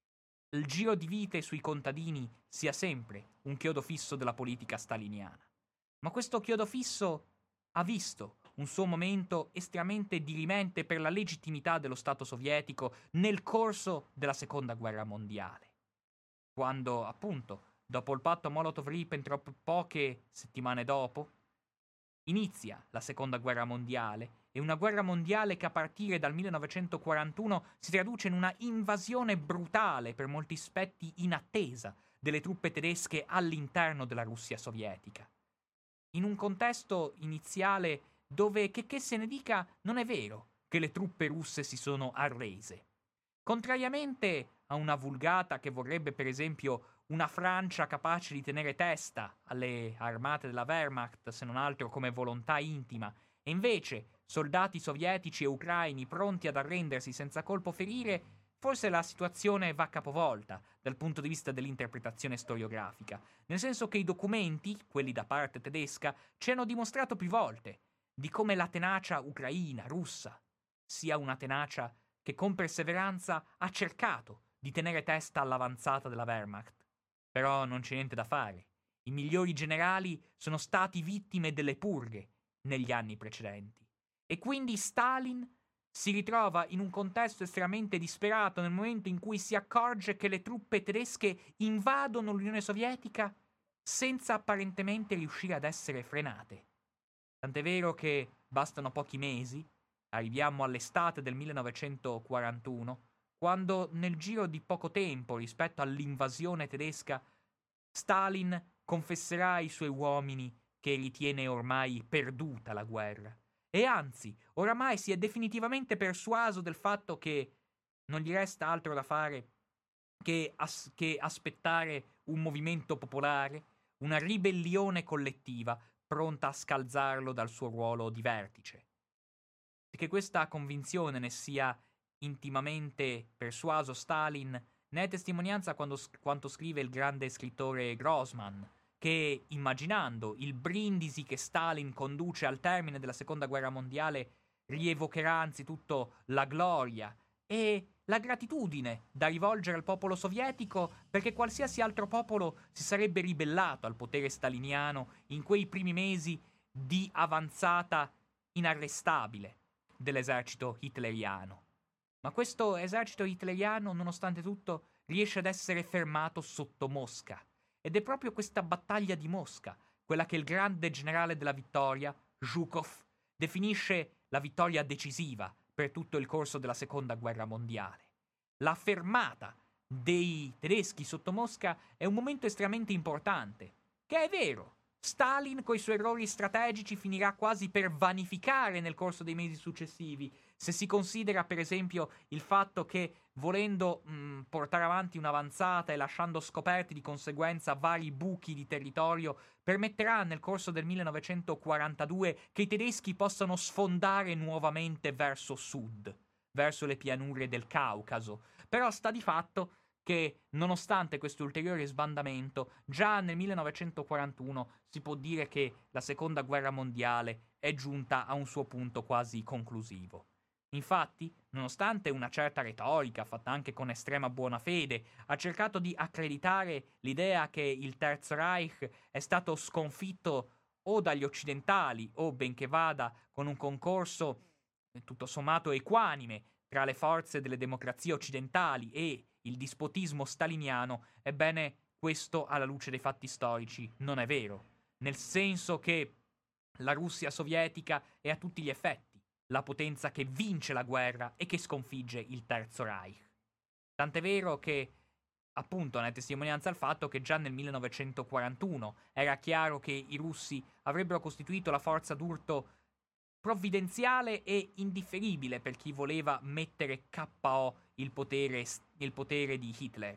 il giro di vite sui contadini sia sempre un chiodo fisso della politica staliniana. Ma questo chiodo fisso ha visto un suo momento estremamente dirimente per la legittimità dello Stato sovietico nel corso della Seconda Guerra Mondiale. Quando, appunto, dopo il patto Molotov-Ribbentrop, poche settimane dopo, inizia la Seconda Guerra Mondiale, e una guerra mondiale che a partire dal millenovecentoquarantuno si traduce in una invasione brutale, per molti aspetti inattesa, delle truppe tedesche all'interno della Russia sovietica. In un contesto iniziale dove, che che se ne dica, non è vero che le truppe russe si sono arrese. Contrariamente a una vulgata che vorrebbe, per esempio, una Francia capace di tenere testa alle armate della Wehrmacht, se non altro come volontà intima, e invece soldati sovietici e ucraini pronti ad arrendersi senza colpo ferire, forse la situazione va capovolta dal punto di vista dell'interpretazione storiografica, nel senso che i documenti, quelli da parte tedesca, ci hanno dimostrato più volte di come la tenacia ucraina, russa, sia una tenacia che con perseveranza ha cercato di tenere testa all'avanzata della Wehrmacht. Però non c'è niente da fare. I migliori generali sono stati vittime delle purghe negli anni precedenti. E quindi Stalin si ritrova in un contesto estremamente disperato nel momento in cui si accorge che le truppe tedesche invadono l'Unione Sovietica senza apparentemente riuscire ad essere frenate. Tant'è vero che bastano pochi mesi, arriviamo all'estate del millenovecentoquarantuno, quando nel giro di poco tempo rispetto all'invasione tedesca, Stalin confesserà ai suoi uomini che ritiene ormai perduta la guerra. E anzi, oramai si è definitivamente persuaso del fatto che non gli resta altro da fare che, as- che aspettare un movimento popolare, una ribellione collettiva, pronta a scalzarlo dal suo ruolo di vertice. E che questa convinzione ne sia intimamente persuaso Stalin ne è testimonianza quando, quanto scrive il grande scrittore Grossman, che immaginando il brindisi che Stalin conduce al termine della seconda guerra mondiale rievocherà anzitutto la gloria e la gratitudine da rivolgere al popolo sovietico, perché qualsiasi altro popolo si sarebbe ribellato al potere staliniano in quei primi mesi di avanzata inarrestabile dell'esercito hitleriano. Ma questo esercito hitleriano, nonostante tutto, riesce ad essere fermato sotto Mosca. Ed è proprio questa battaglia di Mosca, quella che il grande generale della vittoria, Zhukov, definisce la vittoria decisiva per tutto il corso della seconda guerra mondiale. La fermata dei tedeschi sotto Mosca è un momento estremamente importante, che è vero. Stalin, coi suoi errori strategici, finirà quasi per vanificare nel corso dei mesi successivi, se si considera per esempio il fatto che, volendo mh, portare avanti un'avanzata e lasciando scoperti di conseguenza vari buchi di territorio, permetterà nel corso del millenovecentoquarantadue che i tedeschi possano sfondare nuovamente verso sud, verso le pianure del Caucaso. Però sta di fatto che, nonostante questo ulteriore sbandamento, già nel millenovecentoquarantuno si può dire che la seconda guerra mondiale è giunta a un suo punto quasi conclusivo. Infatti, nonostante una certa retorica, fatta anche con estrema buona fede, ha cercato di accreditare l'idea che il Terzo Reich è stato sconfitto o dagli occidentali o, benché vada, con un concorso tutto sommato equanime tra le forze delle democrazie occidentali e il dispotismo staliniano, ebbene questo alla luce dei fatti storici non è vero, nel senso che la Russia sovietica è a tutti gli effetti la potenza che vince la guerra e che sconfigge il Terzo Reich. Tant'è vero che, appunto, ne è testimonianza il fatto che già nel millenovecentoquarantuno era chiaro che i russi avrebbero costituito la forza d'urto provvidenziale e indifferibile per chi voleva mettere K O il potere, il potere di Hitler.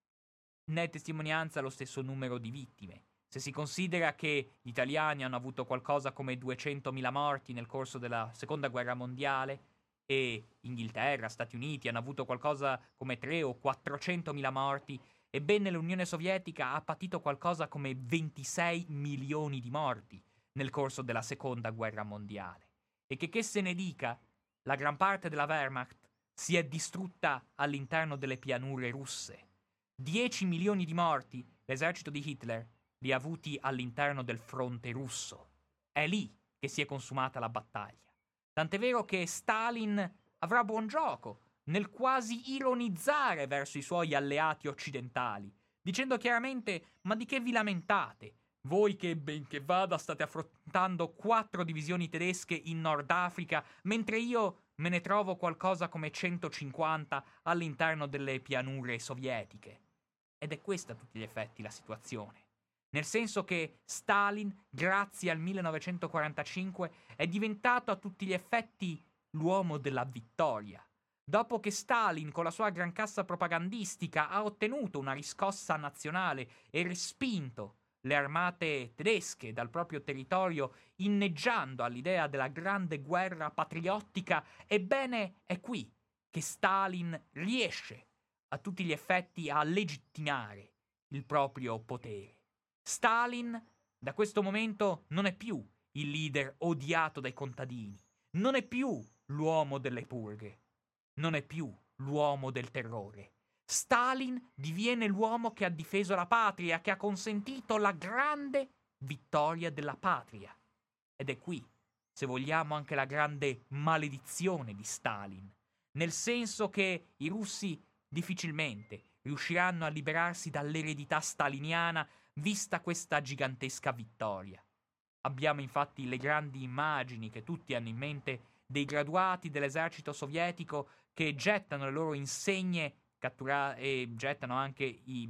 Ne è testimonianza lo stesso numero di vittime. Se si considera che gli italiani hanno avuto qualcosa come duecentomila morti nel corso della seconda guerra mondiale e Inghilterra, Stati Uniti hanno avuto qualcosa come tre o quattrocentomila morti, ebbene l'Unione Sovietica ha patito qualcosa come ventisei milioni di morti nel corso della seconda guerra mondiale. E che che se ne dica, la gran parte della Wehrmacht si è distrutta all'interno delle pianure russe. dieci milioni di morti l'esercito di Hitler li ha avuti all'interno del fronte russo. È lì che si è consumata la battaglia. Tant'è vero che Stalin avrà buon gioco nel quasi ironizzare verso i suoi alleati occidentali, dicendo chiaramente: ma di che vi lamentate? Voi che, benché vada, state affrontando quattro divisioni tedesche in Nord Africa, mentre io me ne trovo qualcosa come centocinquanta all'interno delle pianure sovietiche. Ed è questa a tutti gli effetti la situazione. Nel senso che Stalin, grazie al millenovecentoquarantacinque, è diventato a tutti gli effetti l'uomo della vittoria. Dopo che Stalin, con la sua gran cassa propagandistica, ha ottenuto una riscossa nazionale e respinto le armate tedesche dal proprio territorio, inneggiando all'idea della grande guerra patriottica, ebbene è qui che Stalin riesce a tutti gli effetti a legittimare il proprio potere. Stalin, da questo momento, non è più il leader odiato dai contadini, non è più l'uomo delle purghe, non è più l'uomo del terrore. Stalin diviene l'uomo che ha difeso la patria, che ha consentito la grande vittoria della patria. Ed è qui, se vogliamo, anche la grande maledizione di Stalin, nel senso che i russi difficilmente riusciranno a liberarsi dall'eredità staliniana vista questa gigantesca vittoria. Abbiamo infatti le grandi immagini che tutti hanno in mente dei graduati dell'esercito sovietico che gettano le loro insegne cattura- e gettano anche i,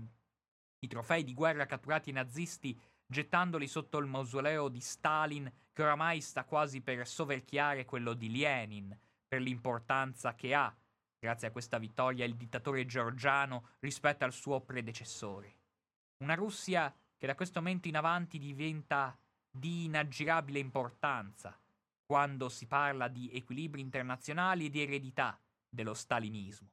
i trofei di guerra catturati ai nazisti, gettandoli sotto il mausoleo di Stalin, che oramai sta quasi per soverchiare quello di Lenin, per l'importanza che ha, grazie a questa vittoria, il dittatore georgiano rispetto al suo predecessore. Una Russia che da questo momento in avanti diventa di inaggirabile importanza quando si parla di equilibri internazionali e di eredità dello stalinismo.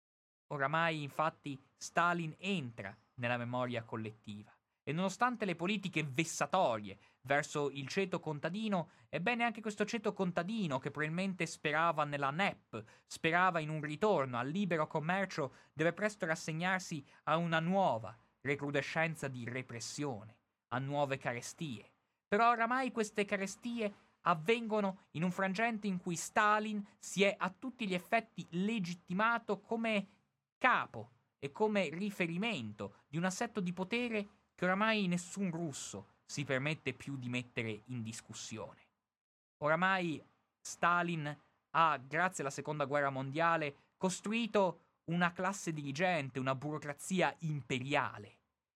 Oramai, infatti, Stalin entra nella memoria collettiva e nonostante le politiche vessatorie verso il ceto contadino, ebbene anche questo ceto contadino che probabilmente sperava nella N E P, sperava in un ritorno al libero commercio, deve presto rassegnarsi a una nuova recrudescenza di repressione, a nuove carestie. Però oramai queste carestie avvengono in un frangente in cui Stalin si è a tutti gli effetti legittimato come capo e come riferimento di un assetto di potere che oramai nessun russo si permette più di mettere in discussione. Oramai Stalin ha, grazie alla seconda guerra mondiale, costruito una classe dirigente, una burocrazia imperiale.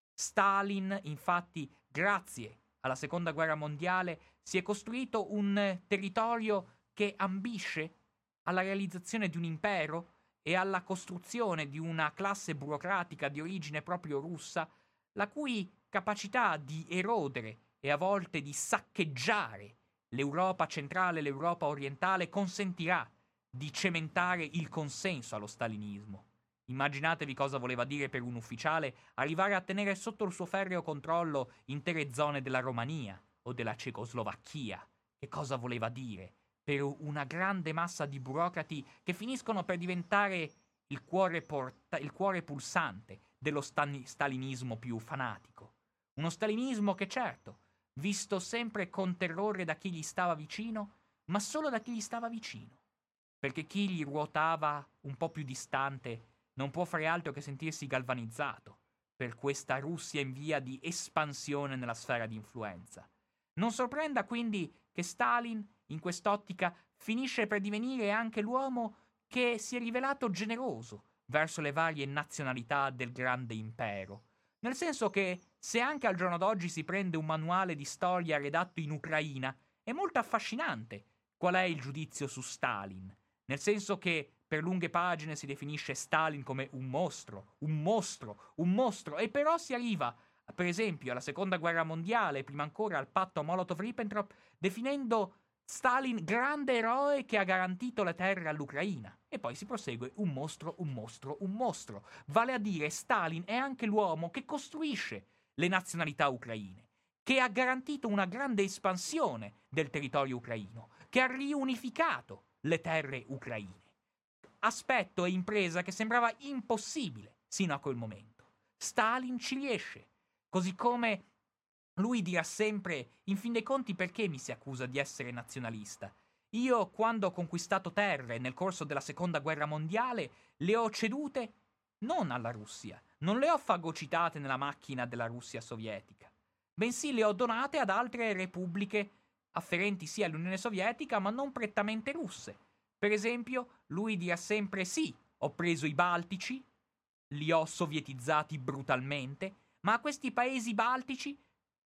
Stalin, infatti, grazie alla seconda guerra mondiale, si è costruito un territorio che ambisce alla realizzazione di un impero e alla costruzione di una classe burocratica di origine proprio russa, la cui capacità di erodere e a volte di saccheggiare l'Europa centrale e l'Europa orientale consentirà di cementare il consenso allo stalinismo. Immaginatevi cosa voleva dire per un ufficiale arrivare a tenere sotto il suo ferreo controllo intere zone della Romania o della Cecoslovacchia. Che cosa voleva dire per una grande massa di burocrati che finiscono per diventare il cuore, porta- il cuore pulsante dello stan- stalinismo più fanatico. Uno stalinismo che, certo, visto sempre con terrore da chi gli stava vicino, ma solo da chi gli stava vicino. Perché chi gli ruotava un po' più distante non può fare altro che sentirsi galvanizzato per questa Russia in via di espansione nella sfera di influenza. Non sorprenda quindi che Stalin, in quest'ottica, finisce per divenire anche l'uomo che si è rivelato generoso verso le varie nazionalità del grande impero. Nel senso che, se anche al giorno d'oggi si prende un manuale di storia redatto in Ucraina, è molto affascinante qual è il giudizio su Stalin. Nel senso che per lunghe pagine si definisce Stalin come un mostro, un mostro, un mostro, e però si arriva, per esempio, alla seconda guerra mondiale, prima ancora al patto Molotov-Ribbentrop, definendo Stalin grande eroe che ha garantito le terre all'Ucraina. E poi si prosegue un mostro, un mostro, un mostro. Vale a dire, Stalin è anche l'uomo che costruisce le nazionalità ucraine, che ha garantito una grande espansione del territorio ucraino, che ha riunificato le terre ucraine. Aspetto e impresa che sembrava impossibile sino a quel momento. Stalin ci riesce, così come lui dirà sempre, in fin dei conti, perché mi si accusa di essere nazionalista? Io, quando ho conquistato terre nel corso della seconda guerra mondiale, le ho cedute non alla Russia, non le ho fagocitate nella macchina della Russia sovietica, bensì le ho donate ad altre repubbliche afferenti sia all'Unione Sovietica, ma non prettamente russe. Per esempio, lui dirà sempre sì, ho preso i Baltici, li ho sovietizzati brutalmente, ma a questi paesi baltici,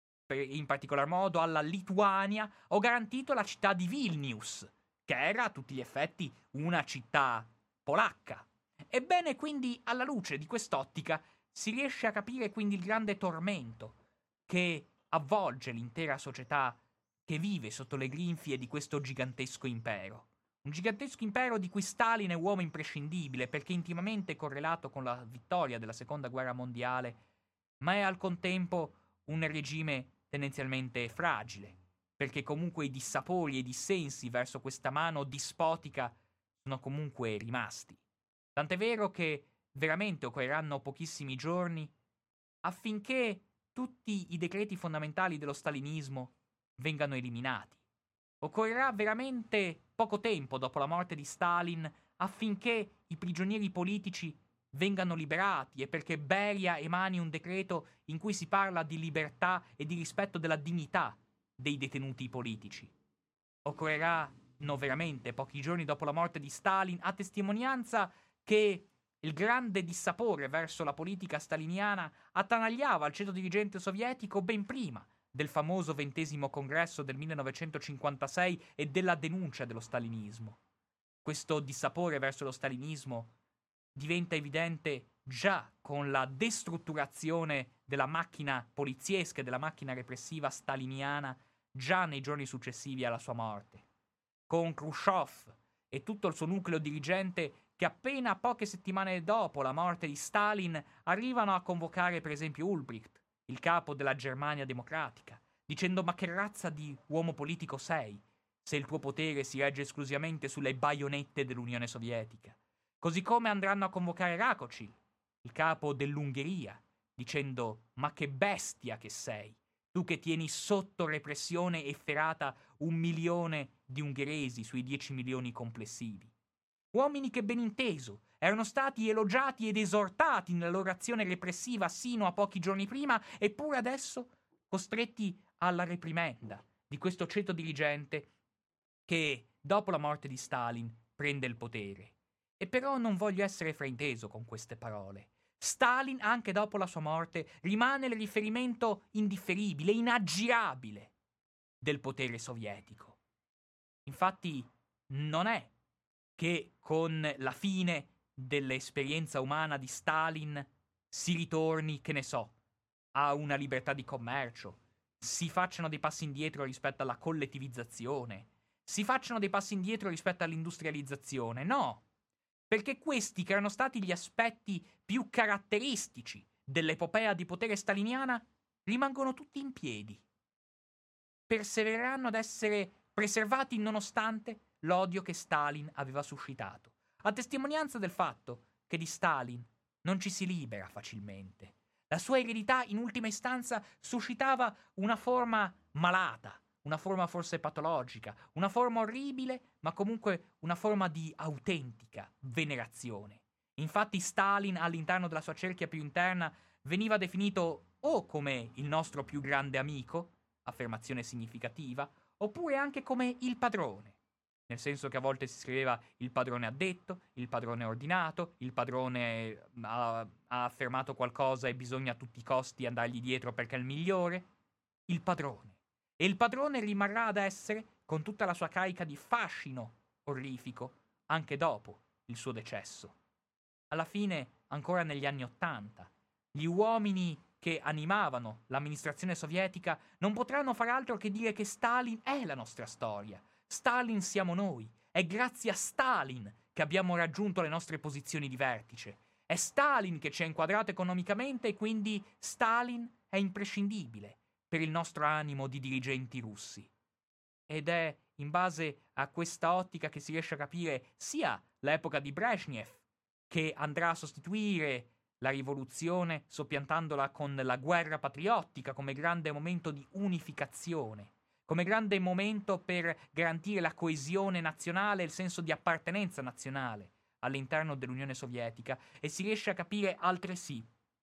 in particolar modo alla Lituania, ho garantito la città di Vilnius, che era a tutti gli effetti una città polacca. Ebbene, quindi, alla luce di quest'ottica, si riesce a capire quindi il grande tormento che avvolge l'intera società che vive sotto le grinfie di questo gigantesco impero. Un gigantesco impero di cui Stalin è uomo imprescindibile perché intimamente correlato con la vittoria della seconda guerra mondiale, ma è al contempo un regime tendenzialmente fragile, perché comunque i dissapori e i dissensi verso questa mano dispotica sono comunque rimasti. Tant'è vero che veramente occorreranno pochissimi giorni affinché tutti i decreti fondamentali dello stalinismo vengano eliminati. Occorrerà veramente poco tempo dopo la morte di Stalin affinché i prigionieri politici vengano liberati e perché Beria emani un decreto in cui si parla di libertà e di rispetto della dignità dei detenuti politici. Occorreranno veramente pochi giorni dopo la morte di Stalin, a testimonianza che il grande dissapore verso la politica staliniana attanagliava il ceto dirigente sovietico ben prima del famoso ventesimo congresso del millenovecentocinquantasei e della denuncia dello stalinismo. Questo dissapore verso lo stalinismo diventa evidente già con la destrutturazione della macchina poliziesca e della macchina repressiva staliniana già nei giorni successivi alla sua morte, con Khrushchev e tutto il suo nucleo dirigente che appena poche settimane dopo la morte di Stalin arrivano a convocare per esempio Ulbricht, il capo della Germania democratica, dicendo: ma che razza di uomo politico sei, se il tuo potere si regge esclusivamente sulle baionette dell'Unione Sovietica. Così come andranno a convocare Rakočy, il capo dell'Ungheria, dicendo: ma che bestia che sei, tu che tieni sotto repressione efferata un milione di ungheresi sui dieci milioni complessivi. Uomini che, ben inteso, erano stati elogiati ed esortati nella loro azione repressiva sino a pochi giorni prima, eppure adesso costretti alla reprimenda di questo ceto dirigente che, dopo la morte di Stalin, prende il potere. E però non voglio essere frainteso con queste parole. Stalin, anche dopo la sua morte, rimane il riferimento indifferibile, inaggirabile del potere sovietico. Infatti, non è che con la fine dell'esperienza umana di Stalin si ritorni, che ne so, a una libertà di commercio, si facciano dei passi indietro rispetto alla collettivizzazione, si facciano dei passi indietro rispetto all'industrializzazione. No, perché questi, che erano stati gli aspetti più caratteristici dell'epopea di potere staliniana, rimangono tutti in piedi. Persevereranno ad essere preservati nonostante l'odio che Stalin aveva suscitato, a testimonianza del fatto che di Stalin non ci si libera facilmente. La sua eredità, in ultima istanza, suscitava una forma malata, una forma forse patologica, una forma orribile, ma comunque una forma di autentica venerazione. Infatti Stalin, all'interno della sua cerchia più interna, veniva definito o come il nostro più grande amico, affermazione significativa, oppure anche come il padrone, nel senso che a volte si scriveva il padrone ha detto, il padrone ha ordinato, il padrone ha, ha affermato qualcosa e bisogna a tutti i costi andargli dietro perché è il migliore. Il padrone. E il padrone rimarrà ad essere, con tutta la sua carica di fascino orrifico, anche dopo il suo decesso. Alla fine, ancora negli anni Ottanta, gli uomini che animavano l'amministrazione sovietica non potranno far altro che dire che Stalin è la nostra storia. Stalin siamo noi. È grazie a Stalin che abbiamo raggiunto le nostre posizioni di vertice. È Stalin che ci ha inquadrato economicamente e quindi Stalin è imprescindibile per il nostro animo di dirigenti russi. Ed è in base a questa ottica che si riesce a capire sia l'epoca di Brezhnev, che andrà a sostituire la rivoluzione soppiantandola con la guerra patriottica come grande momento di unificazione, come grande momento per garantire la coesione nazionale e il senso di appartenenza nazionale all'interno dell'Unione Sovietica, e si riesce a capire altresì,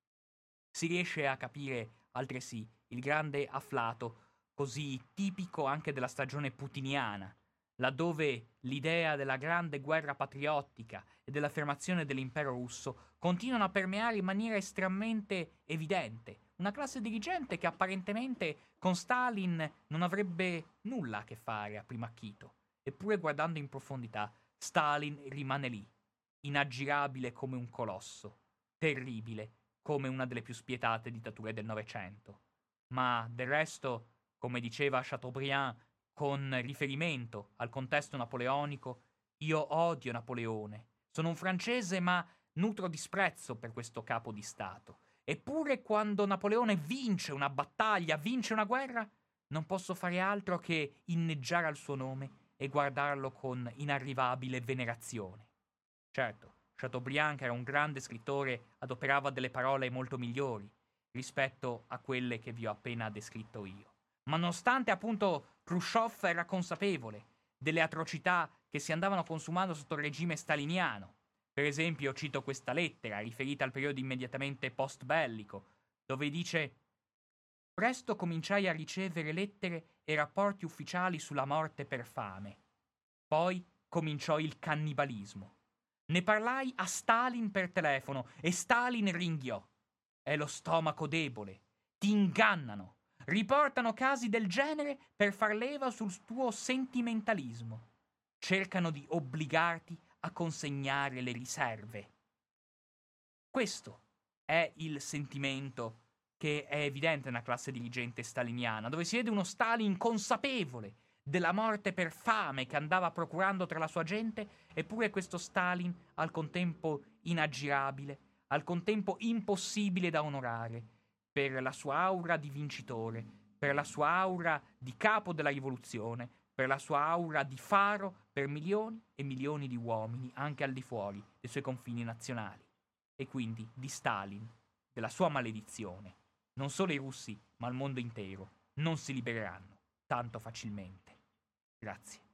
si riesce a capire altresì il grande afflato così tipico anche della stagione putiniana, laddove l'idea della grande guerra patriottica e dell'affermazione dell'impero russo continuano a permeare in maniera estremamente evidente una classe dirigente che apparentemente con Stalin non avrebbe nulla a che fare a primo acchito. Eppure, guardando in profondità, Stalin rimane lì, inaggirabile come un colosso, terribile come una delle più spietate dittature del Novecento. Ma del resto, come diceva Chateaubriand, con riferimento al contesto napoleonico, io odio Napoleone. Sono un francese, ma nutro disprezzo per questo capo di Stato. Eppure, quando Napoleone vince una battaglia, vince una guerra, non posso fare altro che inneggiare al suo nome e guardarlo con inarrivabile venerazione. Certo, Chateaubriand, che era un grande scrittore, adoperava delle parole molto migliori rispetto a quelle che vi ho appena descritto io. Ma nonostante appunto Khrushchev era consapevole delle atrocità che si andavano consumando sotto il regime staliniano, per esempio cito questa lettera riferita al periodo immediatamente post-bellico, dove dice: presto cominciai a ricevere lettere e rapporti ufficiali sulla morte per fame. Poi cominciò il cannibalismo. Ne parlai a Stalin per telefono e Stalin ringhiò: è lo stomaco debole, ti ingannano. Riportano casi del genere per far leva sul tuo sentimentalismo. Cercano di obbligarti a consegnare le riserve. Questo è il sentimento che è evidente nella classe dirigente staliniana, dove si vede uno Stalin consapevole della morte per fame che andava procurando tra la sua gente, eppure questo Stalin al contempo inaggirabile, al contempo impossibile da onorare, per la sua aura di vincitore, per la sua aura di capo della rivoluzione, per la sua aura di faro per milioni e milioni di uomini, anche al di fuori dei suoi confini nazionali. E quindi di Stalin, della sua maledizione, non solo i russi, ma il mondo intero non si libereranno tanto facilmente. Grazie.